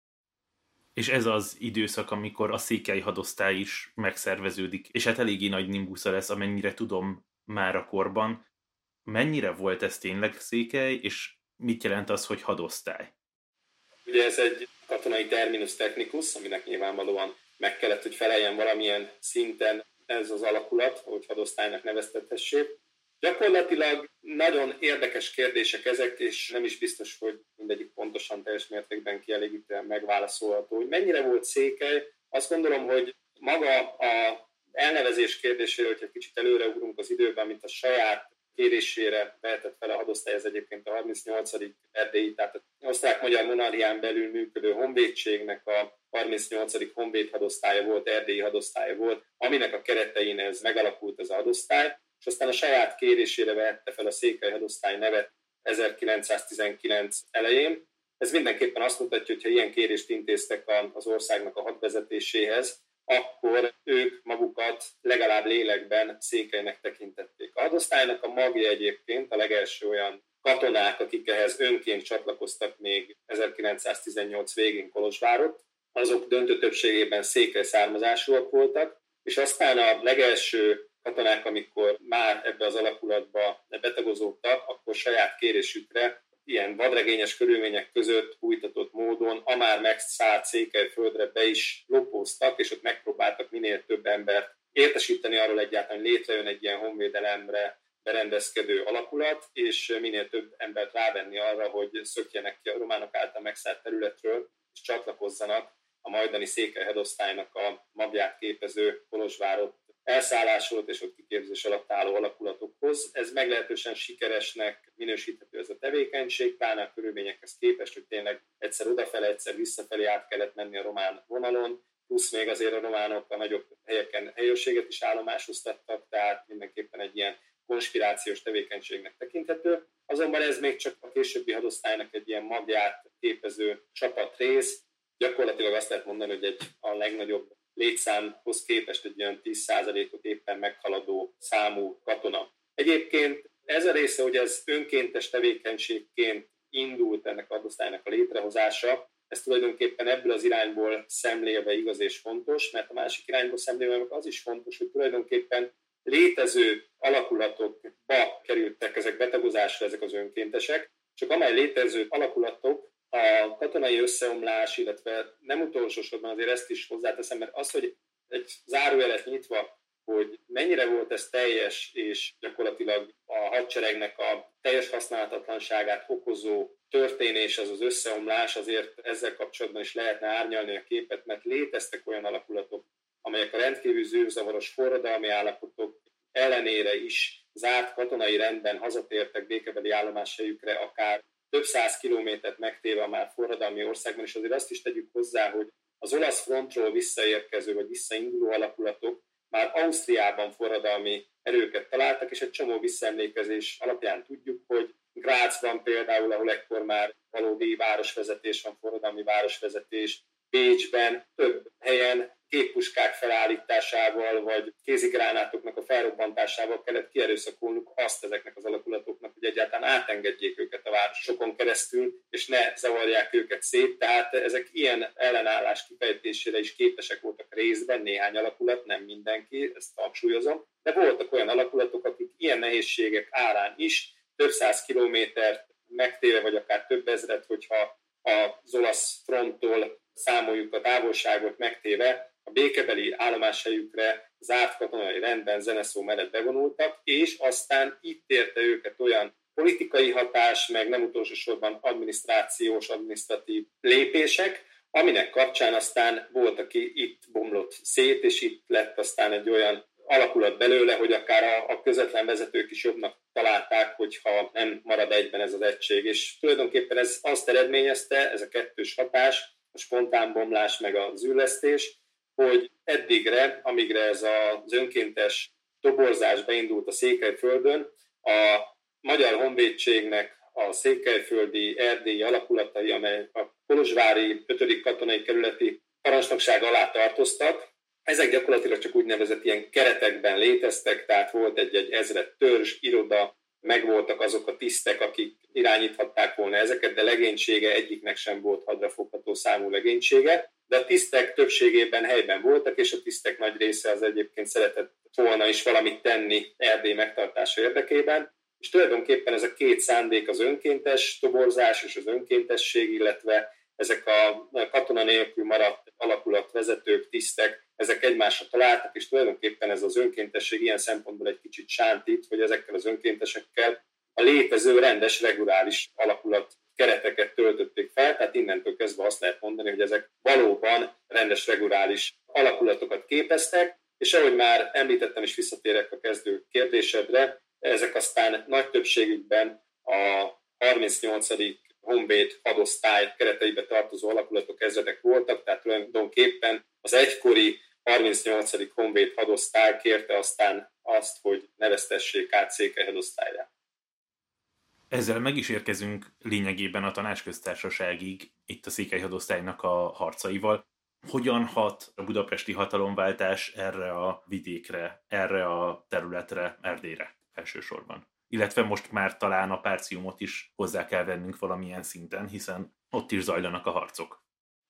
És ez az időszak, amikor a székely hadosztály is megszerveződik, és hát eléggé nagy nimbusza lesz, amennyire tudom már a korban. Mennyire volt ez tényleg székely, és mit jelent az, hogy hadosztály? Ugye ez egy katonai terminus technicus, aminek nyilvánvalóan meg kellett, hogy feleljen valamilyen szinten ez az alakulat, hogy hadosztálynak neveztethessék. Gyakorlatilag nagyon érdekes kérdések ezek, és nem is biztos, hogy mindegyik pontosan teljes mértékben kielégítően megválaszolható. Hogy mennyire volt székely, azt gondolom, hogy maga a elnevezés kérdésére, hogyha kicsit előreugrunk az időben, mint a saját kérésére vehetett fel a hadosztály, ez egyébként a harmincnyolcadik erdélyi, tehát az osztrák-magyar monarchián belül működő honvédségnek a harmincnyolcadik honvéd hadosztálya volt, erdélyi hadosztálya volt, aminek a keretein ez megalakult ez a hadosztály, és aztán a saját kérésére vehette fel a székely hadosztály nevet ezerkilencszáztizenkilenc elején. Ez mindenképpen azt mutatja, hogy ha ilyen kérést intéztek az országnak a hadvezetéséhez, akkor ők magukat legalább lélekben székelynek tekintették. A hadosztálynak a magja egyébként a legelső olyan katonák, akik ehhez önként csatlakoztak még ezerkilencszáztizennyolc végén Kolozsvárott, azok döntő többségében székely származásúak voltak, és aztán a legelső katonák, amikor már ebbe az alakulatba betagozódtak, akkor saját kérésükre ilyen vadregényes körülmények között újtatott módon a már megszállt Székelyföldre be is lopóztak, és ott megpróbáltak minél több embert értesíteni arról egyáltalán, hogy létrejön egy ilyen honvédelemre berendezkedő alakulat, és minél több embert rávenni arra, hogy szökjenek ki a románok által megszállt területről, és csatlakozzanak a majdani székely hadosztálynak a magját képező Kolozsvárott elszállásolt és ott kiképzés alatt álló alakulatokhoz. Ez meglehetősen sikeresnek minősíthető ez a tevékenység, pláne a körülményekhez képest, hogy tényleg egyszer odafele, egyszer visszafelé át kellett menni a román vonalon, plusz még azért a románok a nagyobb helyeken helyőrséget is állomásoztattak, tehát mindenképpen egy ilyen konspirációs tevékenységnek tekinthető. Azonban ez még csak a későbbi hadosztálynak egy ilyen magját képező csapatrész. Gyakorlatilag azt lehet mondani, hogy egy a legnagyobb létszámhoz képest egy olyan tíz százalékot éppen meghaladó számú katona. Egyébként ez a része, hogy ez önkéntes tevékenységként indult ennek a hadosztálynak a létrehozása, ez tulajdonképpen ebből az irányból szemlélve igaz és fontos, mert a másik irányból szemlélve az is fontos, hogy tulajdonképpen létező alakulatokba kerültek ezek betagozásra, ezek az önkéntesek, csak amely létező alakulatok a katonai összeomlás, illetve nem utolsó sorban azért ezt is hozzáteszem, mert az, hogy egy zárójelet nyitva, hogy mennyire volt ez teljes, és gyakorlatilag a hadseregnek a teljes használhatatlanságát okozó történés, az az összeomlás, azért ezzel kapcsolatban is lehetne árnyalni a képet, mert léteztek olyan alakulatok, amelyek a rendkívül zűrzavaros forradalmi állapotok ellenére is zárt katonai rendben hazatértek békebeli állomáshelyükre, akár több száz kilométert megtéve a már forradalmi országban, és azért azt is tegyük hozzá, hogy az olasz frontról visszaérkező vagy visszainduló alakulatok már Ausztriában forradalmi erőket találtak, és egy csomó visszaemlékezés alapján tudjuk, hogy Grazban például, ahol ekkor már valódi városvezetés van, forradalmi városvezetés, Bécsben több helyen géppuskák felállításával, vagy kézigránátoknak a felrobbantásával kellett kierőszakolnunk azt ezeknek az alakulatoknak, hogy egyáltalán átengedjék őket a városokon keresztül, és ne zavarják őket szét. Tehát ezek ilyen ellenállás kifejtésére is képesek voltak részben, néhány alakulat, nem mindenki, ezt hangsúlyozom, de voltak olyan alakulatok, akik ilyen nehézségek árán is több száz kilométert megtéve, vagy akár több ezret, hogyha az olasz fronttól számoljuk a távolságot megtéve, a békebeli állomáshelyükre zárt katonai rendben zeneszó mellett bevonultak, és aztán itt érte őket olyan politikai hatás, meg nem utolsó sorban adminisztrációs, adminisztratív lépések, aminek kapcsán aztán volt, aki itt bomlott szét, és itt lett aztán egy olyan alakulat belőle, hogy akár a, a közvetlen vezetők is jobbnak találták, hogyha nem marad egyben ez az egység. És tulajdonképpen ez azt eredményezte, ez a kettős hatás, a spontán bomlás meg az űrlesztés, hogy eddigre, amígre ez az önkéntes toborzás beindult a Székelyföldön, a Magyar Honvédségnek a székelyföldi, erdélyi alakulatai, amely a kolozsvári ötödik katonai kerületi parancsnokság alá tartoztak, ezek gyakorlatilag csak úgynevezett ilyen keretekben léteztek, tehát volt egy-egy ezred törzs, iroda, megvoltak azok a tisztek, akik irányíthatták volna ezeket, de legénysége egyiknek sem volt hadrafogható számú legénysége, de a tisztek többségében helyben voltak, és a tisztek nagy része az egyébként szeretett volna is valamit tenni Erdély megtartása érdekében, és tulajdonképpen ez a két szándék, az önkéntes toborzás és az önkéntesség, illetve ezek a katona nélkül maradt alakulatvezetők, tisztek, ezek egymásra találtak, és tulajdonképpen ez az önkéntesség ilyen szempontból egy kicsit sántít, hogy ezekkel az önkéntesekkel a létező rendes, reguláris alakulat kereteket töltötték fel, tehát innentől kezdve azt lehet mondani, hogy ezek valóban rendes, reguláris alakulatokat képeztek, és ahogy már említettem, és visszatérek a kezdő kérdésedre, ezek aztán nagy többségükben a harmincnyolcadik honvéd hadosztály kereteibe tartozó alakulatok, ezredek voltak, tehát tulajdonképpen az egykori harmincnyolcadik honvéd hadosztály kérte aztán azt, hogy neveztessék át Székely hadosztályra. Ezzel meg is érkezünk lényegében a Tanácsköztársaságig, itt a Székely hadosztálynak a harcaival. Hogyan hat a budapesti hatalomváltás erre a vidékre, erre a területre, Erdélyre elsősorban? Illetve most már talán a Párciumot is hozzá kell vennünk valamilyen szinten, hiszen ott is zajlanak a harcok.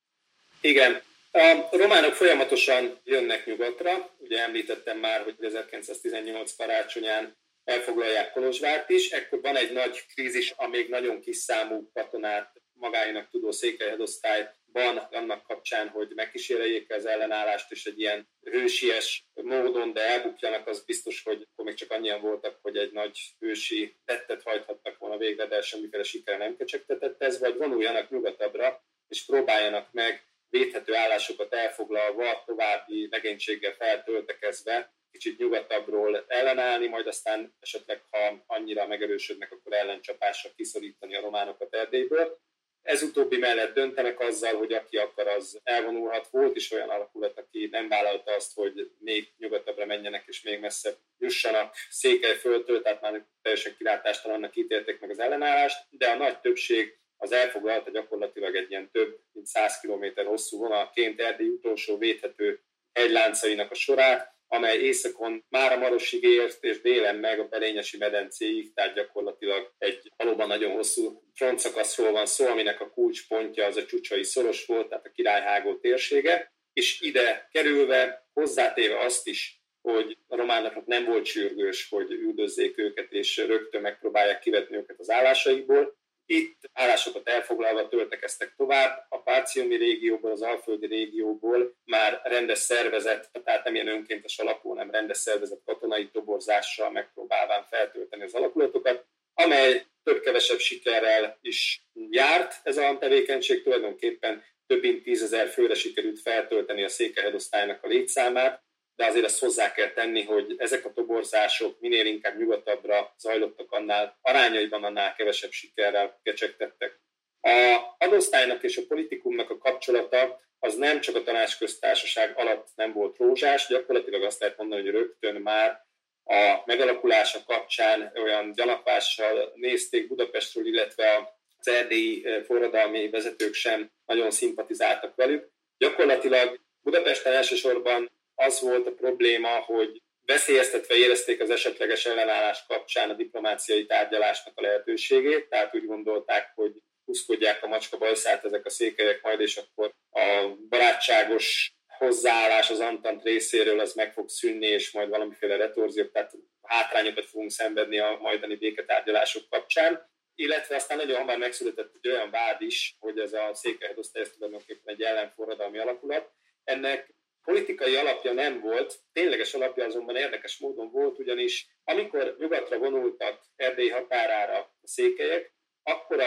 Igen. A románok folyamatosan jönnek nyugatra. Ugye említettem már, hogy ezerkilencszáztizennyolc karácsonyán elfoglalják Kolozsvárt is. Ekkor van egy nagy krízis, a még nagyon kis számú katonát magáinak tudó Székely hadosztályban annak kapcsán, hogy megkíséreljék az ellenállást, és egy ilyen hősies módon, de elbukjanak, az biztos, hogy akkor még csak annyian voltak, hogy egy nagy hősi tettet hajthattak volna végre, de semmiféle sikere nem kecsegtetett ez, vagy vonuljanak nyugatabbra, és próbáljanak meg védhető állásokat elfoglalva, további legénységgel feltöltekezve, kicsit nyugatabbról ellenállni, majd aztán esetleg, ha annyira megerősödnek, akkor ellencsapásra kiszorítani a románokat Erdélyből. Ez utóbbi mellett döntenek azzal, hogy aki akar, az elvonulhat. Volt is olyan alakulat, aki nem vállalta azt, hogy még nyugatabbra menjenek és még messzebb jussanak Székelyföldtől, tehát már teljesen kilátástalannak ítélték meg az ellenállást, de a nagy többség az elfoglalta gyakorlatilag egy ilyen több mint száz kilométer hosszú vonalként Erdély utolsó védhető hegyláncainak a sorát, amely északon Mára-Marosig ért, és délen meg a Belényesi medencéig, tehát gyakorlatilag egy valóban nagyon hosszú frontszakaszról van szó, aminek a kulcspontja az a Csucsai szoros volt, tehát a Királyhágó térsége, és ide kerülve hozzátéve azt is, hogy a románoknak nem volt sürgős, hogy üldözzék őket, és rögtön megpróbálják kivetni őket az állásaikból. Itt állásokat elfoglalva töltekeztek tovább, a párciumi régióból, az alföldi régióból már rendes szervezet, tehát nem ilyen önkéntes alapú, hanem rendes szervezet katonai toborzással megpróbálván feltölteni az alakulatokat, amely több-kevesebb sikerrel is járt. Ez a tevékenység tulajdonképpen több mint tízezer főre sikerült feltölteni a Székely hadosztálynak a létszámát, de azért azt hozzá kell tenni, hogy ezek a toborzások minél inkább nyugatabbra zajlottak, annál arányaiban annál kevesebb sikerrel kecsegtettek. A hadosztálynak és a politikumnak a kapcsolata az nem csak a Tanácsköztársaság alatt nem volt rózsás, gyakorlatilag azt lehet mondani, hogy rögtön már a megalakulása kapcsán olyan gyanakvással nézték Budapestről, illetve az erdélyi forradalmi vezetők sem nagyon szimpatizáltak velük. Gyakorlatilag Budapesten elsősorban az volt a probléma, hogy veszélyeztetve érezték az esetleges ellenállás kapcsán a diplomáciai tárgyalásnak a lehetőségét, tehát úgy gondolták, hogy húzkodják a macska bajszát ezek a székelyek majd, és akkor a barátságos hozzáállás az Antant részéről az meg fog szűnni, és majd valamiféle retorzió, tehát hátrányokat fogunk szenvedni a majdani béketárgyalások kapcsán. Illetve aztán nagyon hamar megszületett egy olyan vád is, hogy ez a Székely hadosztály ez tulajdonképpen egy ellenforradalmi alakulat. Ennek politikai alapja nem volt, tényleges alapja azonban érdekes módon volt, ugyanis amikor nyugatra vonultak Erdély határára a székelyek, akkor a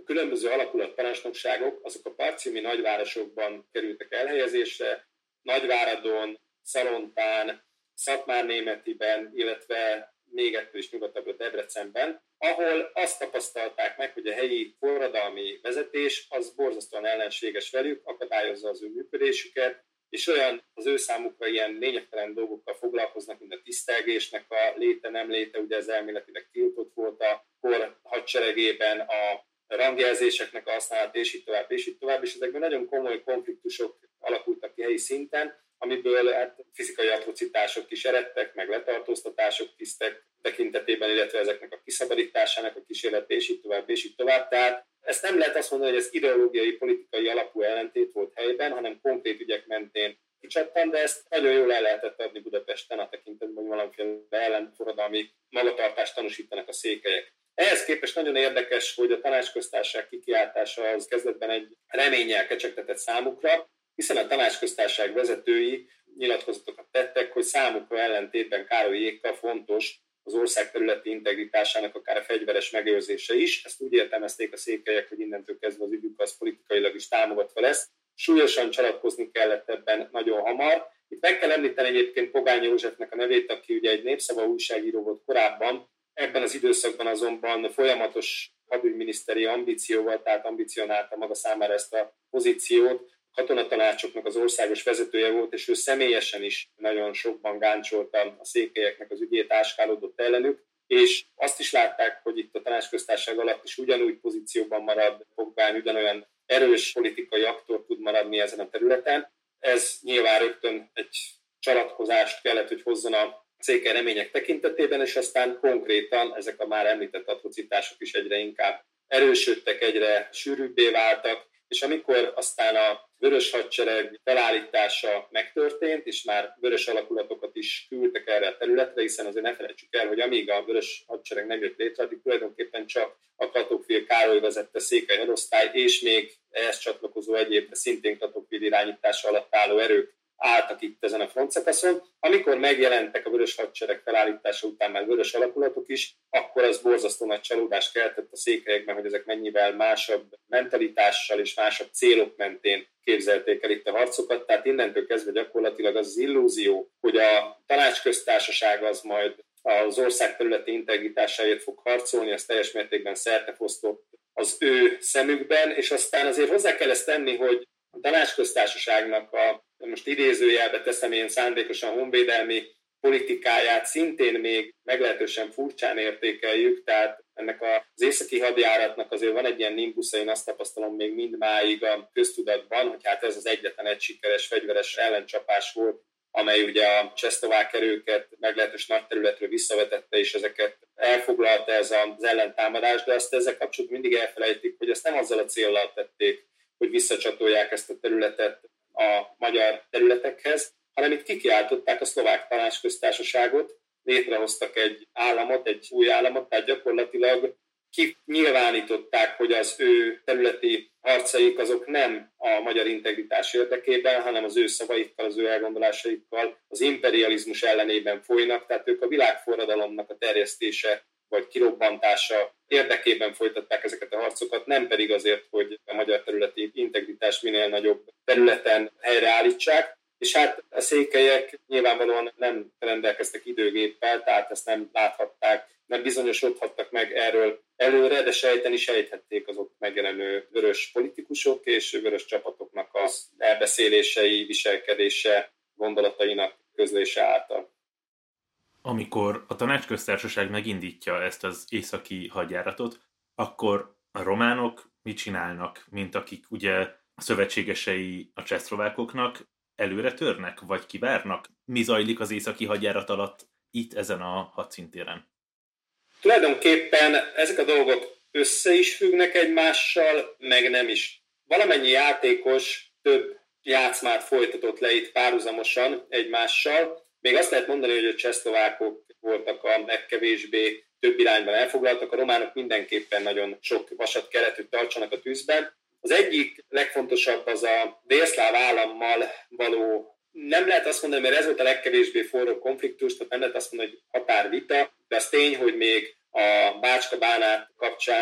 különböző alakulatparancsnokságok, azok a partiumi nagyvárosokban kerültek elhelyezésre, Nagyváradon, Szalontán, Szatmárnémetiben, illetve még ettől is nyugatabbra Debrecenben, ahol azt tapasztalták meg, hogy a helyi forradalmi vezetés az borzasztóan ellenséges velük, akadályozza az ő működésüket, és olyan az ő számukra ilyen lényegtelen dolgokkal foglalkoznak, mint a tisztelgésnek a léte, nem léte, ugye ez elméletileg tiltott volt a kor hadseregében, a rangjelzéseknek a használat, és így tovább, és így tovább, és ezekben nagyon komoly konfliktusok alakultak ki helyi szinten, amiből hát fizikai atrocitások is eredtek, meg letartóztatások tisztek tekintetében, illetve ezeknek a kiszabadításának a kísérlete, és így tovább, és így tovább. Tehát ezt nem lehet azt mondani, hogy ez ideológiai, politikai alapú ellentét volt helyben, hanem konkrét ügyek mentén kicsattan, de ezt nagyon jól el lehetett adni Budapesten a tekintetben, hogy valamiféle ellenforradalmi magatartást tanúsítanak a székelyek. Ehhez képest nagyon érdekes, hogy a tanácsköztársaság kikiáltása az kezdetben egy reménnyel kecsegtetett számukra, hiszen a tanácsköztársaság vezetői nyilatkozatokat tettek, hogy számukra ellentétben Károlyékkal fontos az ország területi integritásának akár a fegyveres megőrzése is. Ezt úgy értelmezték a székelyek, hogy innentől kezdve az ügyük az politikailag is támogatva lesz. Súlyosan csalatkozni kellett ebben nagyon hamar. Itt meg kell említeni egyébként Pogány Józsefnek a nevét, aki ugye egy Népszava újságíró volt korábban. Ebben az időszakban azonban folyamatos hadügyminiszteri ambícióval, tehát ambicionálta maga számára ezt a pozíciót. Katonatanácsoknak az országos vezetője volt, és ő személyesen is nagyon sokban gáncsolta a székelyeknek az ügyét, áskálódott ellenük, és azt is látták, hogy itt a tanácsköztársaság alatt is ugyanúgy pozícióban marad Pogány, ugyanolyan erős politikai aktor tud maradni ezen a területen. Ez nyilván rögtön egy csalatkozást kellett, hogy hozzon a székely remények tekintetében, és aztán konkrétan ezek a már említett atrocitások is egyre inkább erősödtek, egyre sűrűbbé váltak, és amikor aztán a vörös hadsereg felállítása megtörtént, és már vörös alakulatokat is küldtek erre a területre, hiszen azért ne felejtsük el, hogy amíg a vörös hadsereg nem jött létre, addig tulajdonképpen csak a Katókvil Károly vezette székely hadosztály, és még ehhez csatlakozó egyéb, szintén Katókvil irányítása alatt álló erők álltak itt ezen a frontszakaszon. Amikor megjelentek a vörös hadsereg felállítása után már vörös alakulatok is, akkor az borzasztó nagy csalódást keltett a székelyekben, hogy ezek mennyivel másabb mentalitással és másabb célok mentén képzelték el itt a harcokat. Tehát innentől kezdve gyakorlatilag az az illúzió, hogy a tanácsköztársaság az majd az ország területi integritásáért fog harcolni, ez teljes mértékben szertefosztott az ő szemükben, és aztán azért hozzá kell ezt tenni, hogy a tanácsköztársaságnak a, most idézőjelbe teszem én szándékosan, honvédelmi politikáját szintén még meglehetősen furcsán értékeljük, tehát ennek az északi hadjáratnak azért van egy ilyen nimbusza, én azt tapasztalom még mindmáig a köztudatban, hogy hát ez az egyetlen egy sikeres fegyveres ellencsapás volt, amely ugye a csehszlovák erőket meglehetős nagy területről visszavetette, és ezeket elfoglalta ez az ellentámadás, de azt ezzel kapcsolatban mindig elfelejtik, hogy ezt nem azzal a céllal tették, hogy visszacsatolják ezt a területet a magyar területekhez, hanem itt kikiáltották a szlovák tanácsköztársaságot, létrehoztak egy államot, egy új államot, tehát gyakorlatilag kinyilvánították, hogy az ő területi harcaik azok nem a magyar integritás érdekében, hanem az ő szavaikkal, az ő elgondolásaikkal az imperializmus ellenében folynak, tehát ők a világforradalomnak a terjesztése vagy kirobbantása érdekében folytatták ezeket a harcokat, nem pedig azért, hogy a magyar területi integritás minél nagyobb területen helyreállítsák. És hát a székelyek nyilvánvalóan nem rendelkeztek időgéppel, tehát ezt nem láthatták, nem bizonyosodhattak meg erről előre, de sejteni sejthették az ott megjelenő vörös politikusok és vörös csapatoknak az elbeszélései, viselkedése, gondolatainak közlése által. Amikor a tanácsköztársaság megindítja ezt az északi hadjáratot, akkor a románok mit csinálnak, mint akik ugye a szövetségesei a csehszlovákoknak, előre törnek, vagy kivárnak? Mi zajlik az északi hadjárat alatt itt ezen a hadszintéren? Tulajdonképpen ezek a dolgok össze is függnek egymással, meg nem is. Valamennyi játékos több játszmát folytatott le itt párhuzamosan egymással. Még azt lehet mondani, hogy a csehszlovákok voltak a legkevésbé több irányban elfoglaltak, a románok mindenképpen nagyon sok vasat kellett, hogy tartsanak a tűzben. Az egyik legfontosabb az a délszláv állammal való, nem lehet azt mondani, mert ez volt a legkevésbé forró konfliktus, tehát nem lehet azt mondani, hogy határvita, de az tény, hogy még a Bácska-Bánát kapcsán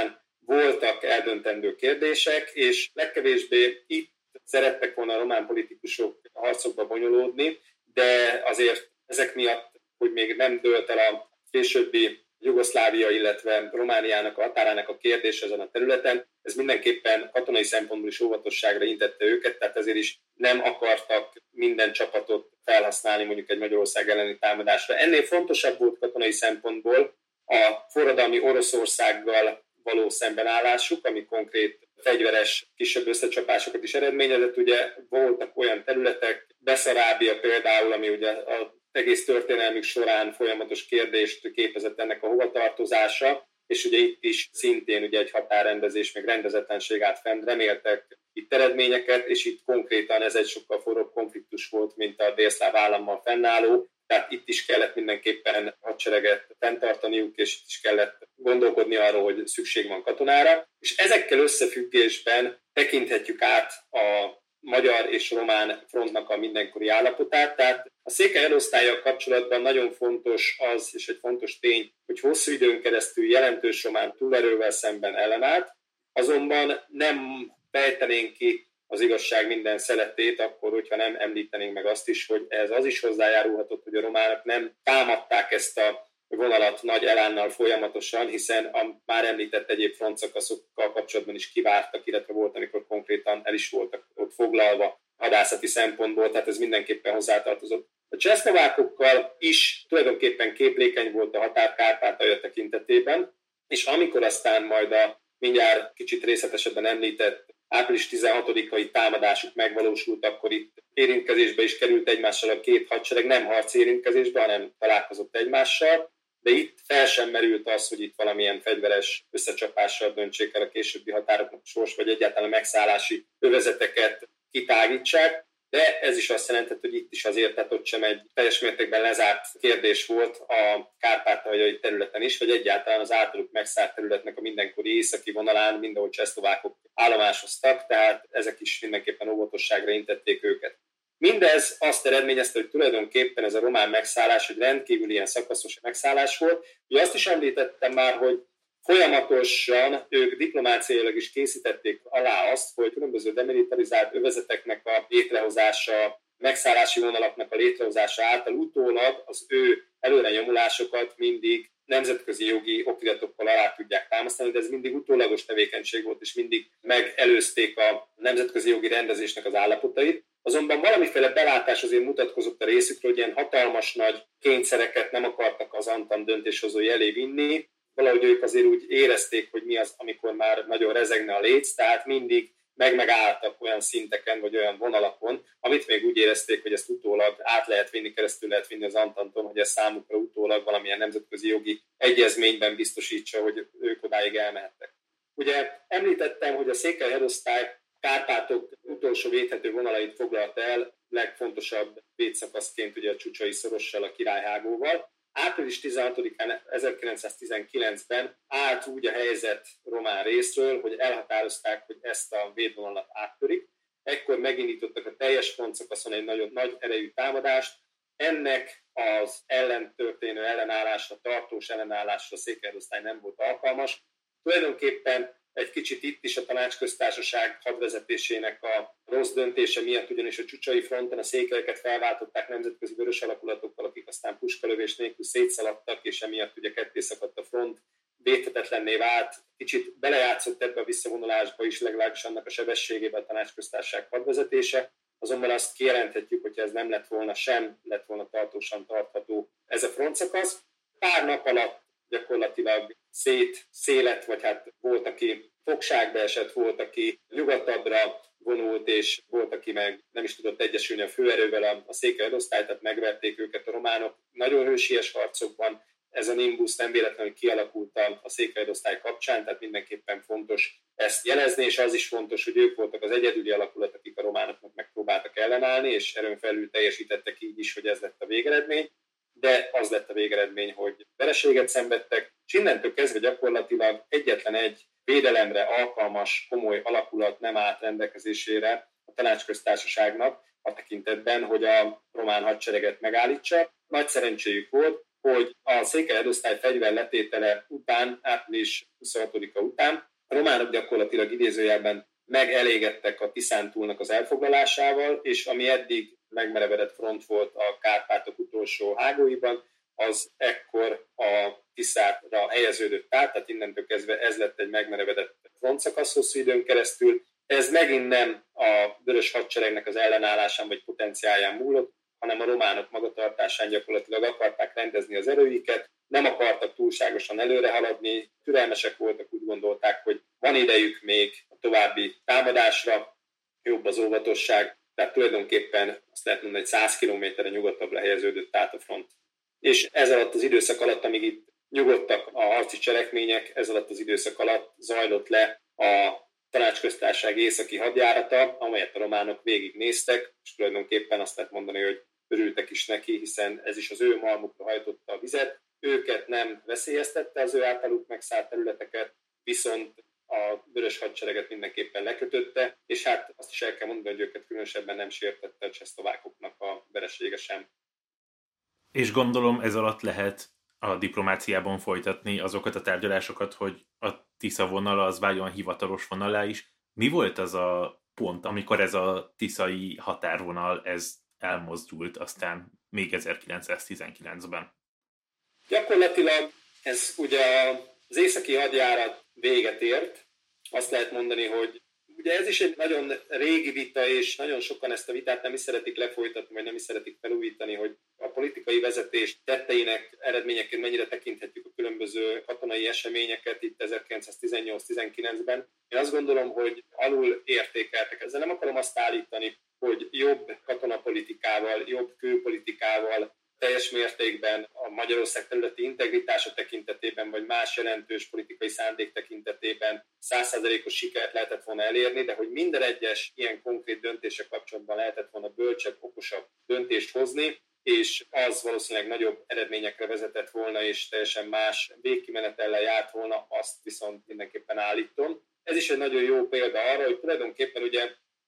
voltak eldöntendő kérdések, és legkevésbé itt szerettek volna a román politikusok harcokba bonyolódni, de azért ezek miatt, hogy még nem dőlt el a későbbi Jugoszlávia, illetve Romániának a határának a kérdés ezen a területen, ez mindenképpen katonai szempontból is óvatosságra intette őket, tehát ezért is nem akartak minden csapatot felhasználni mondjuk egy Magyarország elleni támadásra. Ennél fontosabb volt katonai szempontból a forradalmi Oroszországgal való szembenállásuk, ami konkrét fegyveres kisebb összecsapásokat is eredményezett. Ugye voltak olyan területek, Beszarábia például, ami ugye az egész történelmük során folyamatos kérdést képezett ennek a hovatartozása, és ugye itt is szintén ugye egy határrendezés, meg rendezetlenség állt fenn, reméltek itt eredményeket, és itt konkrétan ez egy sokkal forróbb konfliktus volt, mint a délszláv állammal fennálló, tehát itt is kellett mindenképpen hadsereget fenntartaniuk, és itt is kellett gondolkodni arról, hogy szükség van katonára. És ezekkel összefüggésben tekinthetjük át a magyar és román frontnak a mindenkori állapotát. Tehát a székely elosztállyal kapcsolatban nagyon fontos az, és egy fontos tény, hogy hosszú időn keresztül jelentős román túlerővel szemben ellenállt, azonban nem fejtenénk ki az igazság minden szeletét, akkor, hogyha nem említenénk meg azt is, hogy ez az is hozzájárulhatott, hogy a románok nem támadták ezt a vonalat nagy elánnal folyamatosan, hiszen a már említett egyéb frontszakaszokkal kapcsolatban is kivártak, illetve volt, amikor konkrétan el is voltak ott foglalva hadászati szempontból, tehát ez mindenképpen hozzátartozott. A csehszlovákokkal is tulajdonképpen képlékeny volt a határ Kárpátalja tekintetében, és amikor aztán majd a mindjárt kicsit részletesebben említett április tizenhatodikai támadásuk megvalósult, akkor itt érintkezésbe is került egymással a két hadsereg, nem harci érintkezésbe, hanem találkozott egymással, de itt fel sem merült az, hogy itt valamilyen fegyveres összecsapással döntsék el a későbbi határoknak sors, vagy egyáltalán megszállási övezeteket kitágítsák, de ez is azt jelentett, hogy itt is azért, tehát ott sem egy teljes mértékben lezárt kérdés volt a kárpátaljai területen is, vagy egyáltalán az általuk megszállt területnek a mindenkori északi vonalán, mindenhol csehszlovákok állomásoztak, tehát ezek is mindenképpen óvatosságra intették őket. Mindez azt eredményezte, hogy tulajdonképpen ez a román megszállás egy rendkívül ilyen szakaszos megszállás volt. Ugye azt is említettem már, hogy folyamatosan ők diplomáciailag is készítették alá azt, hogy különböző demilitarizált övezeteknek a létrehozása, megszállási vonalaknak a létrehozása által utólag az ő előrenyomulásokat mindig nemzetközi jogi okiratokkal alá tudják támasztani, de ez mindig utólagos tevékenység volt, és mindig megelőzték a nemzetközi jogi rendezésnek az állapotait. Azonban valamiféle belátás azért mutatkozott a részükről, hogy ilyen hatalmas nagy kényszereket nem akartak az Antam döntéshozói elé vinni. Valahogy ők azért úgy érezték, hogy mi az, amikor már nagyon rezegne a léc, tehát mindig meg-megálltak olyan szinteken, vagy olyan vonalakon, amit még úgy érezték, hogy ezt utólag át lehet vinni, keresztül lehet vinni az Antanton, hogy ez számukra utólag valamilyen nemzetközi jogi egyezményben biztosítsa, hogy ők odáig elmehettek. Ugye említettem, hogy a székely hadosztály Kárpátok utolsó védhető vonalait foglalta el, legfontosabb védszakaszként ugye a Csucsai szorossal, a Királyhágóval. április tizenhatodikán ezerkilencszáztizenkilencben állt úgy a helyzet román részről, hogy elhatározták, hogy ezt a védvonalat áttörik. Ekkor megindítottak a teljes frontszakaszon egy nagyon nagy erejű támadást. Ennek az ellen történő ellenállásra, tartós ellenállásra a székely hadosztály nem volt alkalmas. Tulajdonképpen egy kicsit itt is a Tanácsköztársaság hadvezetésének a rossz döntése miatt, ugyanis a Csucsai fronton a székelyeket felváltották nemzetközi vörös alakulatokkal, akik aztán puskalövés nélkül szétszaladtak, és emiatt ugye ketté szakadt a front, védhetetlenné vált, kicsit belejátszott ebbe a visszavonulásba is, legalábbis annak a sebességében a Tanácsköztársaság hadvezetése, azonban azt kijelenthetjük, hogy ez nem lett volna sem, lett volna tartósan tartható ez a frontszakasz. Pár nap alatt gyakorlatilag szét, szélet, vagy hát volt, aki fogságba esett, volt, aki nyugatabbra vonult, és volt, aki meg nem is tudott egyesülni a főerővel a, a székely hadosztály, tehát megverték őket a románok. Nagyon hősies harcokban ez a nimbus nem véletlenül kialakult a, a székely hadosztály kapcsán, tehát mindenképpen fontos ezt jelezni, és az is fontos, hogy ők voltak az egyedüli alakulat, akik a románoknak megpróbáltak ellenállni, és erőn felül teljesítettek így is, hogy ez lett a végeredmény. De az lett a végeredmény, hogy vereséget szenvedtek, és innentől kezdve gyakorlatilag egyetlen egy védelemre alkalmas, komoly alakulat nem állt rendelkezésére a Tanácsköztársaságnak a tekintetben, hogy a román hadsereget megállítsa. Nagy szerencséjük volt, hogy a székely hadosztály fegyver letétele után, április huszonhatodika után A románok gyakorlatilag idézőjelben megelégedtek a Tiszántúlnak az elfoglalásával, és ami eddig megmerevedett front volt a Kárpátok utolsó hágóiban, az ekkor a Tiszára helyeződött át, tehát innentől kezdve ez lett egy megmerevedett frontszakasz hosszú időn keresztül. Ez megint nem a vörös hadseregnek az ellenállásán vagy potenciálján múlott, hanem a románok magatartásán gyakorlatilag akarták rendezni az erőiket, nem akartak túlságosan előre haladni, türelmesek voltak, úgy gondolták, hogy van idejük még a további támadásra, jobb az óvatosság, tehát tulajdonképpen azt lehet mondani, hogy száz kilométerre nyugatabbra helyeződött át a front. És ez alatt az időszak alatt, amíg itt nyugodtak a harci cselekmények, ez alatt az időszak alatt zajlott le a Tanácsköztársaság északi hadjárata, amelyet a románok végignéztek, és tulajdonképpen azt lehet mondani, hogy örültek is neki, hiszen ez is az ő malmukra hajtotta a vizet. Őket nem veszélyeztette az ő általuk megszállt területeket, viszont a vörös hadsereget mindenképpen lekötötte, és hát azt is el kell mondani, hogy őket különösebben nem sértette a csehszlovákoknak a veresége sem. És gondolom ez alatt lehet a diplomáciában folytatni azokat a tárgyalásokat, hogy a Tisza vonala az váljon hivatalos vonalá is. Mi volt az a pont, amikor ez a tiszai határvonal ez elmozdult aztán még ezerkilencszáztizenkilencben? Gyakorlatilag ez ugye az északi hadjárat véget ért. Azt lehet mondani, hogy ugye ez is egy nagyon régi vita, és nagyon sokan ezt a vitát nem is szeretik lefolytatni, vagy nem is szeretik felújítani, hogy a politikai vezetés tetteinek eredményeként mennyire tekinthetjük a különböző katonai eseményeket itt ezerkilencszáztizennyolc-tizenkilencben. Én azt gondolom, hogy alul értékeltek. Ezzel nem akarom azt állítani, hogy jobb katonapolitikával, jobb külpolitikával, teljes mértékben a Magyarország területi integritása tekintetében, vagy más jelentős politikai szándék tekintetében száz százalékos sikert lehetett volna elérni, de hogy minden egyes ilyen konkrét döntése kapcsolatban lehetett volna bölcsebb, okosabb döntést hozni, és az valószínűleg nagyobb eredményekre vezetett volna, és teljesen más végkimenetellel járt volna, azt viszont mindenképpen állítom. Ez is egy nagyon jó példa arra, hogy tulajdonképpen ugye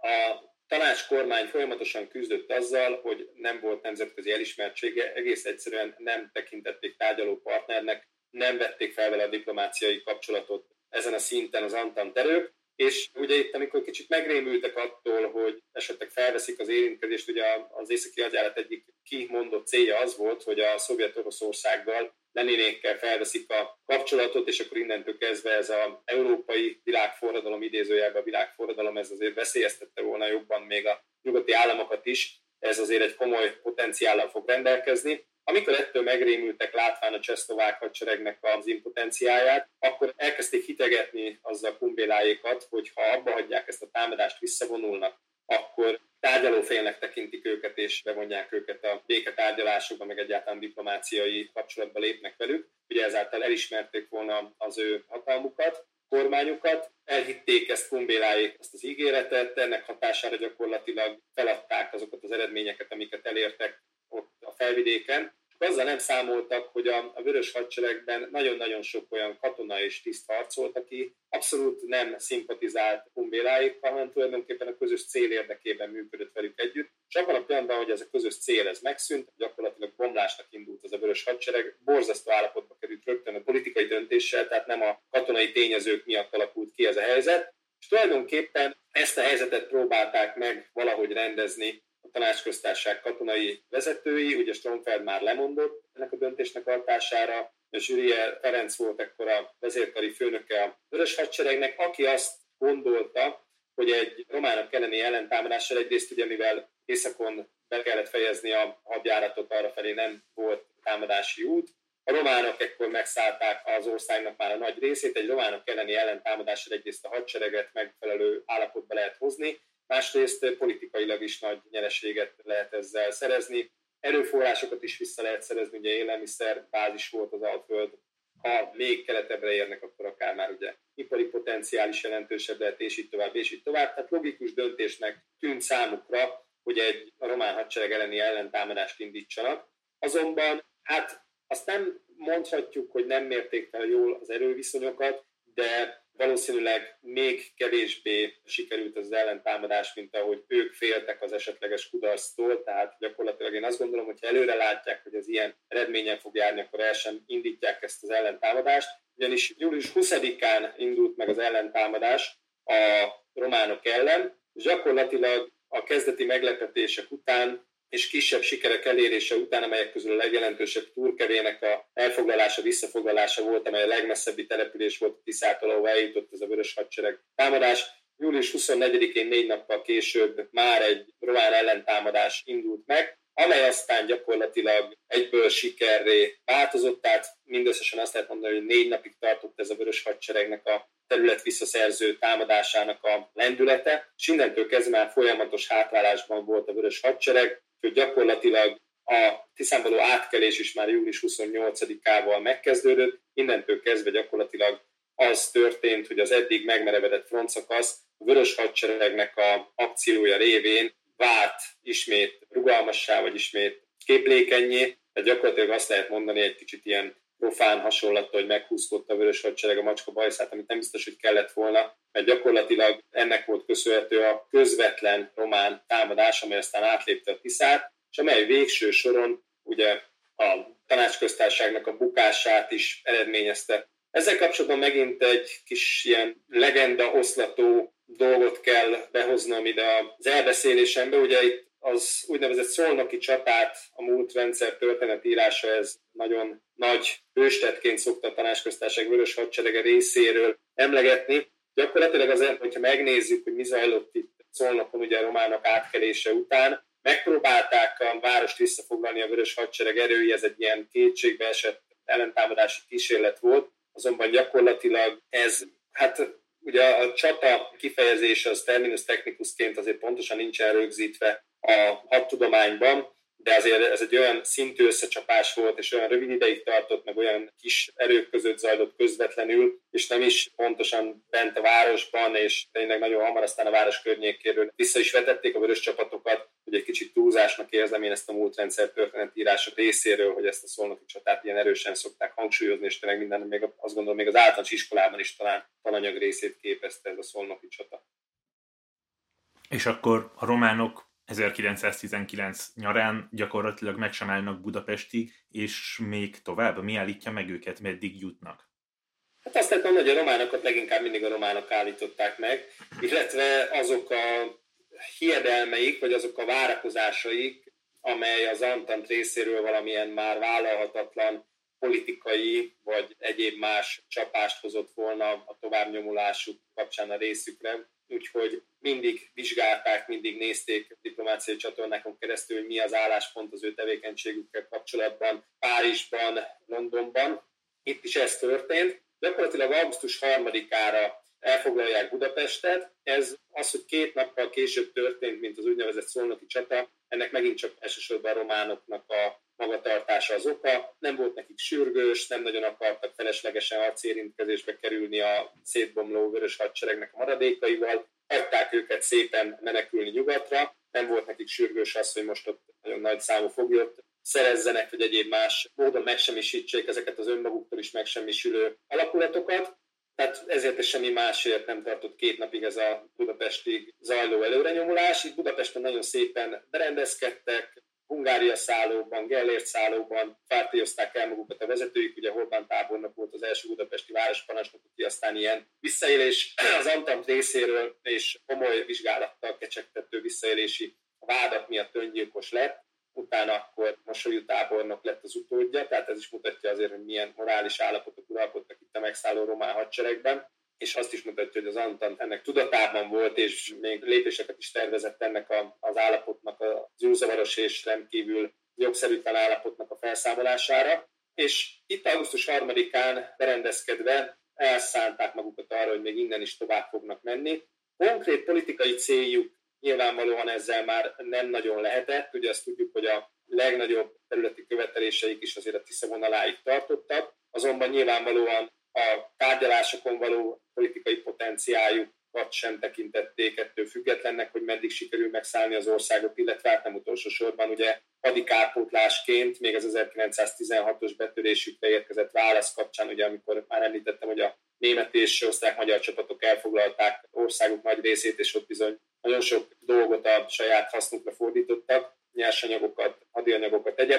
a Tanács kormány folyamatosan küzdött azzal, hogy nem volt nemzetközi elismertsége, egész egyszerűen nem tekintették tárgyaló partnernek, nem vették fel vele a diplomáciai kapcsolatot ezen a szinten az Antant erők, és ugye itt, amikor kicsit megrémültek attól, hogy esetleg felveszik az érintkezést, ugye az északi hadjárat egyik kimondott célja az volt, hogy a Szovjet-Oroszországgal, Leninékkel felveszik a kapcsolatot, és akkor innentől kezdve ez az európai világforradalom, idézőjelben a világforradalom, ez azért veszélyeztette volna jobban még a nyugati államokat is, ez azért egy komoly potenciállal fog rendelkezni. Amikor ettől megrémültek látván a csehszlovák hadseregnek az impotenciáját, akkor elkezdték hitegetni azzal Kumbéláékat, hogy ha abba hagyják ezt a támadást, visszavonulnak, akkor tárgyalófélnek tekintik őket, és bevonják őket a béketárgyalásokba, meg egyáltalán diplomáciai kapcsolatba lépnek velük. Ugye ezáltal elismerték volna az ő hatalmukat, kormányukat, elhitték ezt Kumbéláék, ezt az ígéretet, ennek hatására gyakorlatilag feladták azokat az eredményeket, amiket elértek ott a felvidéken. Azzal nem számoltak, hogy a, a vörös hadseregben nagyon-nagyon sok olyan katona és tiszt harcolt, aki abszolút nem szimpatizált Kumbéláékkal, hanem tulajdonképpen a közös cél érdekében működött velük együtt. És abban a pillanatban, hogy ez a közös cél ez megszűnt, gyakorlatilag bomlásnak indult az a vörös hadsereg, borzasztó állapotba került rögtön a politikai döntéssel, tehát nem a katonai tényezők miatt alakult ki ez a helyzet. És tulajdonképpen ezt a helyzetet próbálták meg valahogy rendezni a Tanácsköztársaság katonai vezetői, ugye Stromfeld már lemondott ennek a döntésnek hatására, Zsüriel Ferenc volt ekkor a vezérkari főnöke a vörös hadseregnek, aki azt gondolta, hogy egy románok elleni ellentámadással egyrészt ugye, mivel északon be kellett fejezni a hadjáratot, arrafelé nem volt támadási út. A románok ekkor megszállták az országnak már a nagy részét, egy románok elleni ellentámadással egyrészt a hadsereget megfelelő állapotba lehet hozni, másrészt politikailag is nagy nyereséget lehet ezzel szerezni. Erőforrásokat is vissza lehet szerezni, ugye élelmiszer bázis volt az Alföld. Ha még keletebbre érnek, akkor akár már ugye ipari potenciál is jelentősebb lehet, és így tovább, és így tovább. Tehát logikus döntésnek tűnt számukra, hogy egy a román hadsereg elleni ellentámadást indítsanak. Azonban hát azt nem mondhatjuk, hogy nem mérték fel jól az erőviszonyokat, de valószínűleg még kevésbé sikerült az ellentámadás, mint ahogy ők féltek az esetleges kudarctól. Tehát gyakorlatilag én azt gondolom, hogy ha előre látják, hogy ez ilyen eredményen fog járni, akkor el sem indítják ezt az ellentámadást. ugyanis július huszadikán indult meg az ellentámadás a románok ellen, és gyakorlatilag a kezdeti meglepetések után és kisebb sikerek elérése után, amelyek közül a legjelentősebb Turkevének a elfoglalása, visszafoglalása volt, amely a legmesszebbi település volt a Tiszától, ahol eljutott ez a vörös hadsereg támadás. július huszonnegyedikén négy nappal később már egy román ellentámadás indult meg, amely aztán gyakorlatilag egyből sikerré változott, tehát mindösszesen azt lehet mondani, hogy négy napig tartott ez a vörös hadseregnek a terület visszaszerző támadásának a lendülete, és innentől kezdve már folyamatos hátrálásban volt a vörös hadsereg, hogy gyakorlatilag a Tiszán való átkelés is már július huszonnyolcadikával megkezdődött, innentől kezdve gyakorlatilag az történt, hogy az eddig megmerevedett frontszakasz a vörös hadseregnek a akciója révén vált ismét rugalmassá, vagy ismét képlékennyé, tehát gyakorlatilag azt lehet mondani egy kicsit ilyen profán hasonlattal, hogy meghúzkodta a vörös hadsereg a macska bajszát, amit nem biztos, hogy kellett volna, mert gyakorlatilag ennek volt köszönhető a közvetlen román támadás, amely aztán átlépte a Tiszát, és amely végső soron ugye a tanácsköztársaságnak a bukását is eredményezte. Ezzel kapcsolatban megint egy kis ilyen legenda oszlató dolgot kell behoznom ide az elbeszélésembe. Ugye itt az úgynevezett szolnoki csatát a múlt rendszer történetírása, ez nagyon nagy hőstetként szokta a tanácsköztársaság vörös hadserege részéről emlegetni. Gyakorlatilag azért, hogyha megnézzük, hogy mi zajlott itt Szolnokon ugye a románok átkelése után, megpróbálták a várost visszafoglalni a vörös hadsereg erői, ez egy ilyen kétségbe esett ellentámadási kísérlet volt, azonban gyakorlatilag ez, hát ugye a csata kifejezése az terminus technicusként azért pontosan nincsen rögzítve a hadtudományban, de azért ez egy olyan szintű összecsapás volt, és olyan rövid ideig tartott, meg olyan kis erők között zajlott közvetlenül, és nem is pontosan bent a városban, és tényleg nagyon hamar aztán a város környékéről vissza is vetették a vörös csapatokat, hogy egy kicsit túlzásnak érzem én ezt a múlt rendszer történetírások részéről, hogy ezt a szolnoki csatát ilyen erősen szokták hangsúlyozni, és tényleg minden, még azt gondolom, még az általános iskolában is talán tananyag részét képezte ez a szolnoki csata. És akkor a románok ezerkilencszáztizenkilenc nyarán gyakorlatilag meg sem állnak Budapestig, és még tovább? Mi állítja meg őket, meddig jutnak? Hát azt lehet mondani, hogy a románokat leginkább mindig a románok állították meg, illetve azok a hiedelmeik, vagy azok a várakozásaik, amely az Antant részéről valamilyen már vállalhatatlan politikai, vagy egyéb más csapást hozott volna a továbbnyomulásuk kapcsán a részükre. Úgyhogy mindig vizsgálták, mindig nézték diplomáciai csatornákon keresztül, hogy mi az álláspont az ő tevékenységükkel kapcsolatban Párizsban, Londonban. Itt is ez történt. Gyakorlatilag augusztus harmadikára elfoglalják Budapestet. Ez az, hogy két nappal később történt, mint az úgynevezett szolnoki csata, ennek megint csak elsősorban a románoknak a magatartása az oka. Nem volt nekik sürgős, nem nagyon akartak feleslegesen harcérintkezésbe kerülni a szétbomló vörös hadseregnek a maradékaival. Hagyták őket szépen menekülni nyugatra. Nem volt nekik sürgős az, hogy most ott nagyon nagy számú foglyot szerezzenek, vagy egyéb más módon megsemmisítsék ezeket az önmaguktól is megsemmisülő alakulatokat. Tehát ezért is semmi másért nem tartott két napig ez a Budapestig zajló előrenyomulás. Itt Budapesten nagyon szépen berendezkedtek, Hungária szállóban, Gellért szállóban pártiozták el magukat a vezetőik, ugye Orbán tábornok volt az első budapesti városparancsnok, aki aztán ilyen visszaélés az Antant részéről és komoly vizsgálattal kecsegtető visszaélési vádak miatt öngyilkos lett. Utána akkor Mosolyú tábornok lett az utódja, tehát ez is mutatja azért, hogy milyen morális állapotok uralkodtak itt a megszálló román hadseregben, és azt is mutatja, hogy az Antant ennek tudatában volt, és még lépéseket is tervezett ennek a, az állapotnak, az űrzavaros és rendkívül jogszerűtlen állapotnak a felszámolására. És itt augusztus harmadikán berendezkedve elszánták magukat arra, hogy még innen is tovább fognak menni. Konkrét politikai céljuk nyilvánvalóan ezzel már nem nagyon lehetett. Ugye azt tudjuk, hogy a legnagyobb területi követeléseik is azért a Tisza vonaláig tartottak, azonban nyilvánvalóan a tárgyalásokon való politikai potenciáljukat sem tekintették ettől függetlennek, hogy meddig sikerül megszállni az országot, illetve hát nem utolsó sorban ugye hadikárpótlásként még az ezerkilencszáztizenhatos betörésükre érkezett válasz kapcsán, ugye amikor már említettem, hogy a német és osztrák-magyar csapatok elfoglalták országuk nagy részét, és ott bizony nagyon sok dolgot a saját hasznukra fordítottak, nyersanyagokat, hadianyagokat, egyebet.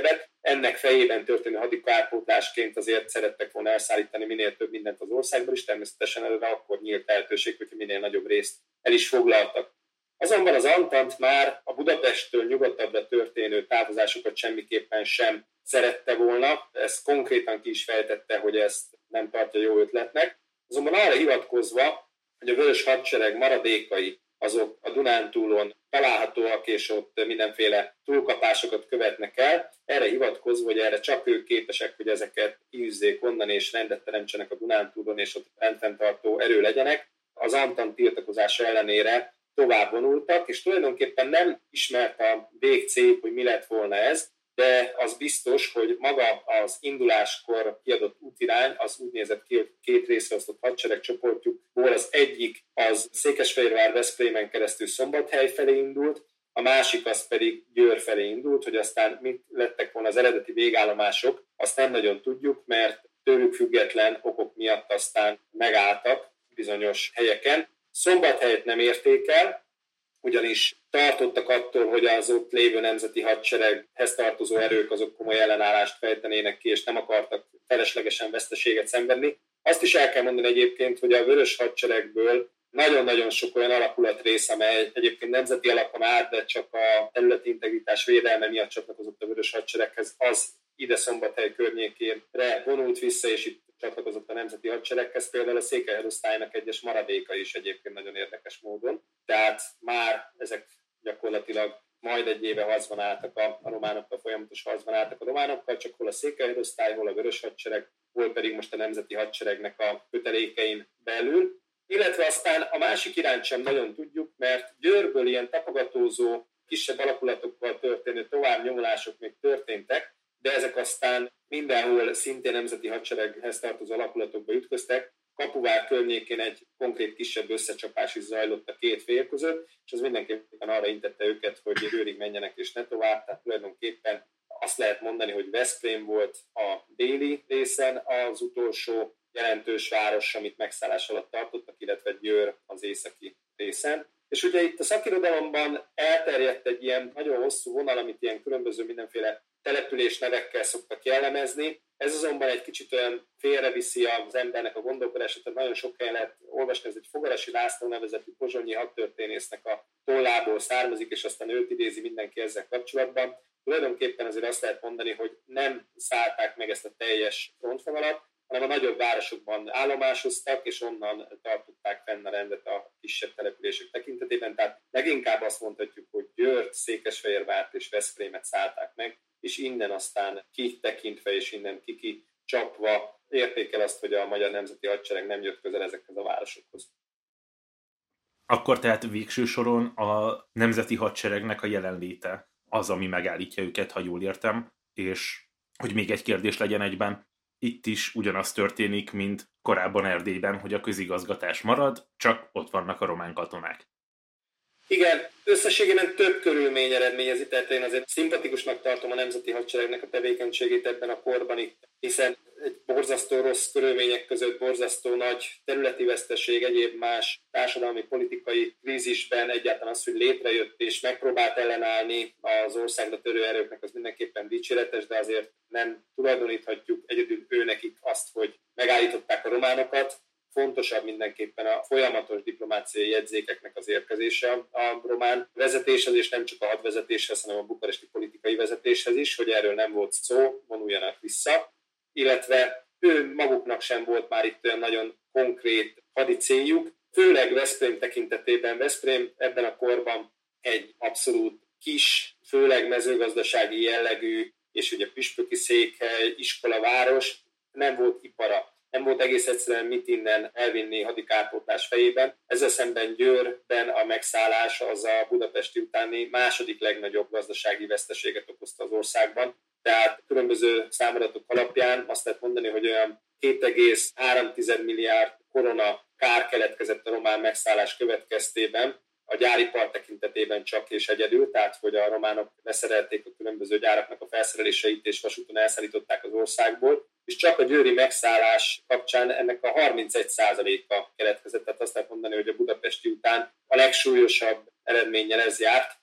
ennek fejében történő hadikárpótlásként azért szerettek volna elszállítani minél több mindent az országból, és természetesen előre akkor nyílt lehetőség, hogyha minél nagyobb részt el is foglaltak. Azonban az Antant már a Budapesttől nyugatabbra történő távozásokat semmiképpen sem szerette volna. Ezt konkrétan ki is fejtette, hogy ezt nem tartja jó ötletnek. Azonban arra hivatkozva, hogy a Vörös Hadsereg maradékai azok a Dunántúlon találhatóak, és ott mindenféle túlkapásokat követnek el. Erre hivatkozva, hogy erre csak ők képesek, hogy ezeket kiűzzék onnan, és rendet teremtsenek a Dunántúlon, és ott rendfenntartó erő legyenek. Az Antant tiltakozása ellenére tovább vonultak, és tulajdonképpen nem ismert a végcél, hogy mi lett volna ez, de az biztos, hogy maga az induláskor kiadott útirány az úgy nézett ki, hogy két részre osztott hadseregcsoportjukból az egyik az Székesfehérvár-Veszprémen keresztül Szombathely felé indult, a másik az pedig Győr felé indult, hogy aztán mit lettek volna az eredeti végállomások, azt nem nagyon tudjuk, mert tőlük független okok miatt aztán megálltak bizonyos helyeken. Szombathelyet nem érték el, ugyanis tartottak attól, hogy az ott lévő nemzeti hadsereghez tartozó erők azok komoly ellenállást fejtenének ki, és nem akartak feleslegesen veszteséget szenvedni. Azt is el kell mondani egyébként, hogy a Vörös Hadseregből nagyon-nagyon sok olyan alakulatrész, amely egyébként nemzeti alapon állt, de csak a területi integritás védelme miatt csatlakozott a Vörös Hadsereghez, az ide Szombathely környékére vonult vissza, és itt csatlakozott a nemzeti hadsereghez, például a Székelyherosztálynak egyes maradéka is egyébként nagyon érdekes módon. Tehát már ezek gyakorlatilag majd egy éve harcban álltak a, a románokkal, folyamatos harcban álltak a románokkal, csak hol a Székelyherosztály, hol a Vörös Hadsereg, hol pedig most a nemzeti hadseregnek a kötelékein belül. Illetve aztán a másik irányt sem nagyon tudjuk, mert Győrből ilyen tapogatózó, kisebb alakulatokkal történő továbbnyomulások még történtek, de ezek aztán mindenhol szintén nemzeti hadsereghez tartozó alakulatokba ütköztek. Kapuvár környékén egy konkrét kisebb összecsapás is zajlott a két fél között, és az mindenképpen arra intette őket, hogy Győrig menjenek és ne tovább. Tehát tulajdonképpen azt lehet mondani, hogy Veszprém volt a déli részen az utolsó jelentős város, amit megszállás alatt tartottak, illetve Győr az északi részen. És ugye itt a szakirodalomban elterjedt egy ilyen nagyon hosszú vonal, amit ilyen különböző mindenféle település nevekkel szoktak jellemezni. Ez azonban egy kicsit olyan félreviszi az embernek a gondolkodását, tehát nagyon sok helyen lehet olvasni, ez egy Fogarasi László nevezetű pozsonyi hadtörténésznek a tollából származik, és aztán őt idézi mindenki ezzel kapcsolatban. Tulajdonképpen azért azt lehet mondani, hogy nem szállták meg ezt a teljes frontvonalat, hanem a nagyobb városokban állomásoztak, és onnan tartották fenn a rendet a kisebb települések tekintetében. Tehát leginkább azt mondhatjuk, hogy Győrt, Székesfehérvárt és Veszprémet szállták meg, és innen aztán kitekintve és innen kiki csapva érték el azt, hogy a Magyar Nemzeti Hadsereg nem jött közel ezekhez a városokhoz. Akkor tehát végső soron a Nemzeti Hadseregnek a jelenléte az, ami megállítja őket, ha jól értem, és hogy még egy kérdés legyen egyben, itt is ugyanaz történik, mint korábban Erdélyben, hogy a közigazgatás marad, csak ott vannak a román katonák. Igen, összességében több körülmény eredményezi, tehát én azért szimpatikusnak tartom a Nemzeti Hadseregnek a tevékenységét ebben a korban itt, hiszen egy borzasztó rossz körülmények között borzasztó nagy területi veszteség, egyéb más társadalmi, politikai krízisben egyáltalán az, hogy létrejött és megpróbált ellenállni az országra törő erőknek, az mindenképpen dicséretes, de azért nem tulajdoníthatjuk egyedül őnekik azt, hogy megállították a románokat. Fontosabb mindenképpen a folyamatos diplomáciai jegyzékeknek az érkezése a román vezetéshez, és nem csak a hadvezetéshez, hanem a bukaresti politikai vezetéshez is, hogy erről nem volt szó, vonuljanak vissza, illetve ő maguknak sem volt már itt olyan nagyon konkrét hadi céljuk, főleg Veszprém tekintetében. Veszprém ebben a korban egy abszolút kis, főleg mezőgazdasági jellegű, és ugye püspöki székhely, iskolaváros, nem volt ipara. Nem volt egész egyszerűen mit innen elvinni hadikárpótlás fejében. Ezzel szemben Győrben a megszállás az a budapesti utáni második legnagyobb gazdasági veszteséget okozta az országban. Tehát különböző számadatok alapján azt lehet mondani, hogy olyan két egész három milliárd korona kár keletkezett a román megszállás következtében, a gyáripar tekintetében csak és egyedül, tehát hogy a románok leszerelték a különböző gyáraknak a felszereléseit és vasúton elszállították az országból, és csak a győri megszállás kapcsán ennek a harmincegy százaléka keletkezett, tehát azt lehet mondani, hogy a budapesti után a legsúlyosabb eredménnyel ez járt.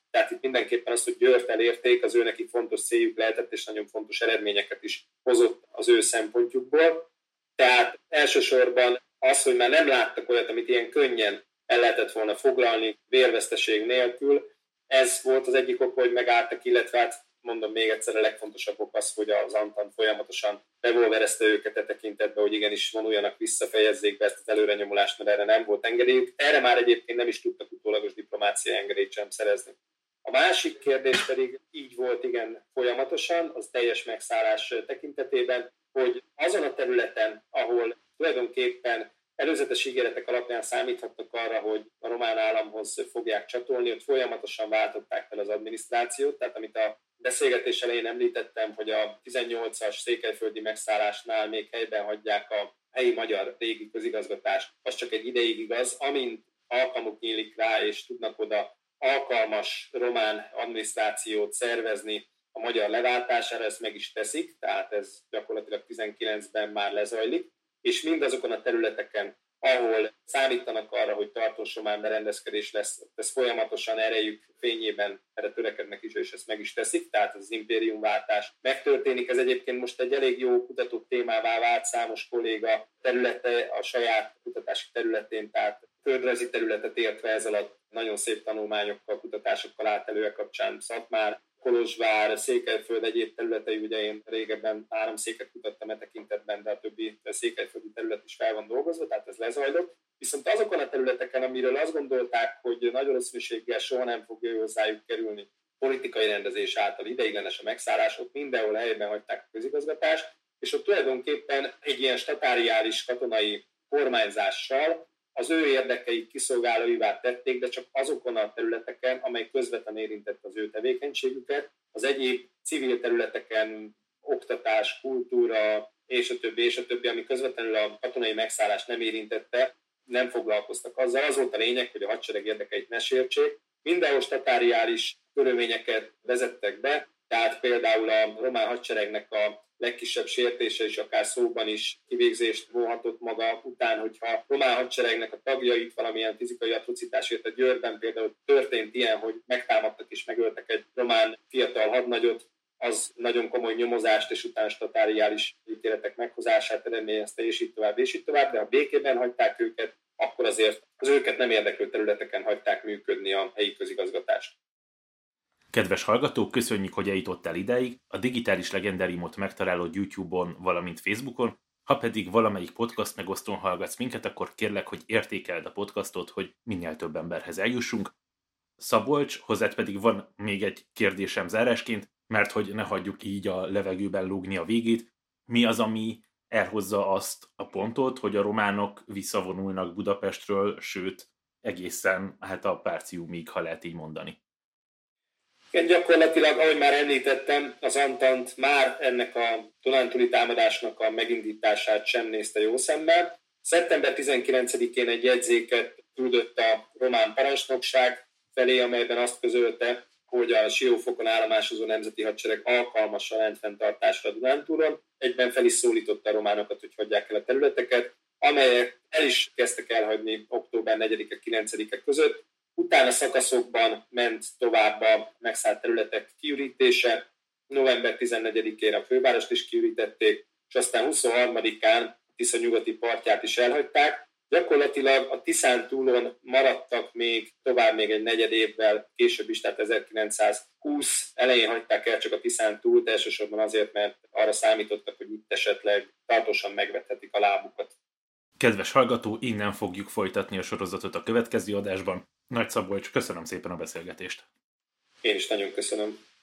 Tehát itt mindenképpen az, hogy Győrt elérték, az ő neki fontos céljuk lehetett, és nagyon fontos eredményeket is hozott az ő szempontjukból. Tehát elsősorban az, hogy már nem láttak olyat, amit ilyen könnyen el lehetett volna foglalni vérveszteség nélkül, ez volt az egyik ok, hogy megálltak, illetve hát mondom még egyszer, a legfontosabb ok az, hogy az Antant folyamatosan revolverezte őket e tekintetben, hogy igenis vonuljanak vissza, fejezzék be ezt az előrenyomulást, mert erre nem volt engedélyük. Erre már egyébként nem is tudtak utólagos diplomáciai engedélyt sem szerezni. A másik kérdés pedig így volt, igen, folyamatosan, az teljes megszállás tekintetében, hogy azon a területen, ahol tulajdonképpen előzetes ígéretek alapján számíthattak arra, hogy a román államhoz fogják csatolni, ott folyamatosan váltották fel az adminisztrációt, tehát amit a beszélgetés elején említettem, hogy a tizennyolcas székelyföldi megszállásnál még helyben hagyják a helyi magyar régi közigazgatást, az csak egy ideig igaz, amint alkalmuk nyílik rá, és tudnak oda alkalmas román adminisztrációt szervezni a magyar leváltására, ezt meg is teszik, tehát ez gyakorlatilag tizenkilencben már lezajlik, és mindazokon a területeken, ahol számítanak arra, hogy tartós román berendezkedés lesz, ez folyamatosan erejük fényében erre törekednek is, és ezt meg is teszik, tehát az impériumváltás megtörténik. Ez egyébként most egy elég jó kutató témává vált, számos kolléga területe a saját kutatási területén, tehát földrajzi területet értve ez alatt nagyon szép tanulmányokkal, kutatásokkal állt elő kapcsán Szatmár, Kolozsvár, Székelyföld egyéb területei, ugye én régebben három széket kutattam e tekintetben, de a többi székelyföldi terület is fel van dolgozva, tehát ez lezajlott. Viszont azokon a területeken, amiről azt gondolták, hogy nagy valószínűséggel soha nem fog hozzájuk kerülni politikai rendezés által ideiglenes a megszállás, ott mindenhol helyben hagyták a közigazgatást, és ott tulajdonképpen egy ilyen statáriális katonai kormányzással az ő érdekeik kiszolgálóivá tették, de csak azokon a területeken, amely közvetlen érintett az ő tevékenységüket, az egyéb civil területeken, oktatás, kultúra, és a többi, és a többi, ami közvetlenül a katonai megszállás nem érintette, nem foglalkoztak azzal. Az volt a lényeg, hogy a hadsereg érdekeit ne sértsék. Mindenhol statáriális körülményeket vezettek be, tehát például a román hadseregnek a legkisebb sértése is akár szóban is kivégzést vonhatott maga után, hogyha a román hadseregnek a tagjait valamilyen fizikai atrocitásért, a Győrben például történt ilyen, hogy megtámadtak és megöltek egy román fiatal hadnagyot, az nagyon komoly nyomozást és utána statáriális ítéletek meghozását eredményezte, és így tovább, és így tovább, de ha békében hagyták őket, akkor azért az őket nem érdeklő területeken hagyták működni a helyi közigazgatást. Kedves hallgatók, köszönjük, hogy eljutottál ideig. A Digitális Legendáriumot megtalálod YouTube-on, valamint Facebookon. Ha pedig valamelyik podcast megosztón hallgatsz minket, akkor kérlek, hogy értékeld a podcastot, hogy minél több emberhez eljussunk. Szabolcs, hozzád pedig van még egy kérdésem zárásként, mert hogy ne hagyjuk így a levegőben lógni a végét. Mi az, ami elhozza azt a pontot, hogy a románok visszavonulnak Budapestről, sőt, egészen hát a Partiumig, ha lehet így mondani? Igen, gyakorlatilag, ahogy már említettem, az Antant már ennek a dunántúli támadásnak a megindítását sem nézte jó szemmel. szeptember tizenkilencedikén egy jegyzéket küldött a román parancsnokság felé, amelyben azt közölte, hogy a Siófokon állomásozó nemzeti hadsereg alkalmas a rendfenntartásra a Dunántúlon. Egyben fel is szólította a románokat, hogy hagyják el a területeket, amelyek el is kezdtek elhagyni október negyedike kilencedike között. Utána szakaszokban ment tovább a megszállt területek kiürítése, november tizennegyedikére a fővárost is kiürítették, és aztán huszonharmadikán a Tisza nyugati partját is elhagyták. Gyakorlatilag a Tiszántúlon maradtak még tovább még egy negyed évvel később is, tehát ezerkilencszázhúsz elején hagyták el csak a Tiszántúlt, elsősorban azért, mert arra számítottak, hogy itt esetleg tartósan megvethetik a lábukat. Kedves hallgató, innen fogjuk folytatni a sorozatot a következő adásban. Nagy Szabolcs, köszönöm szépen a beszélgetést. Én is nagyon köszönöm.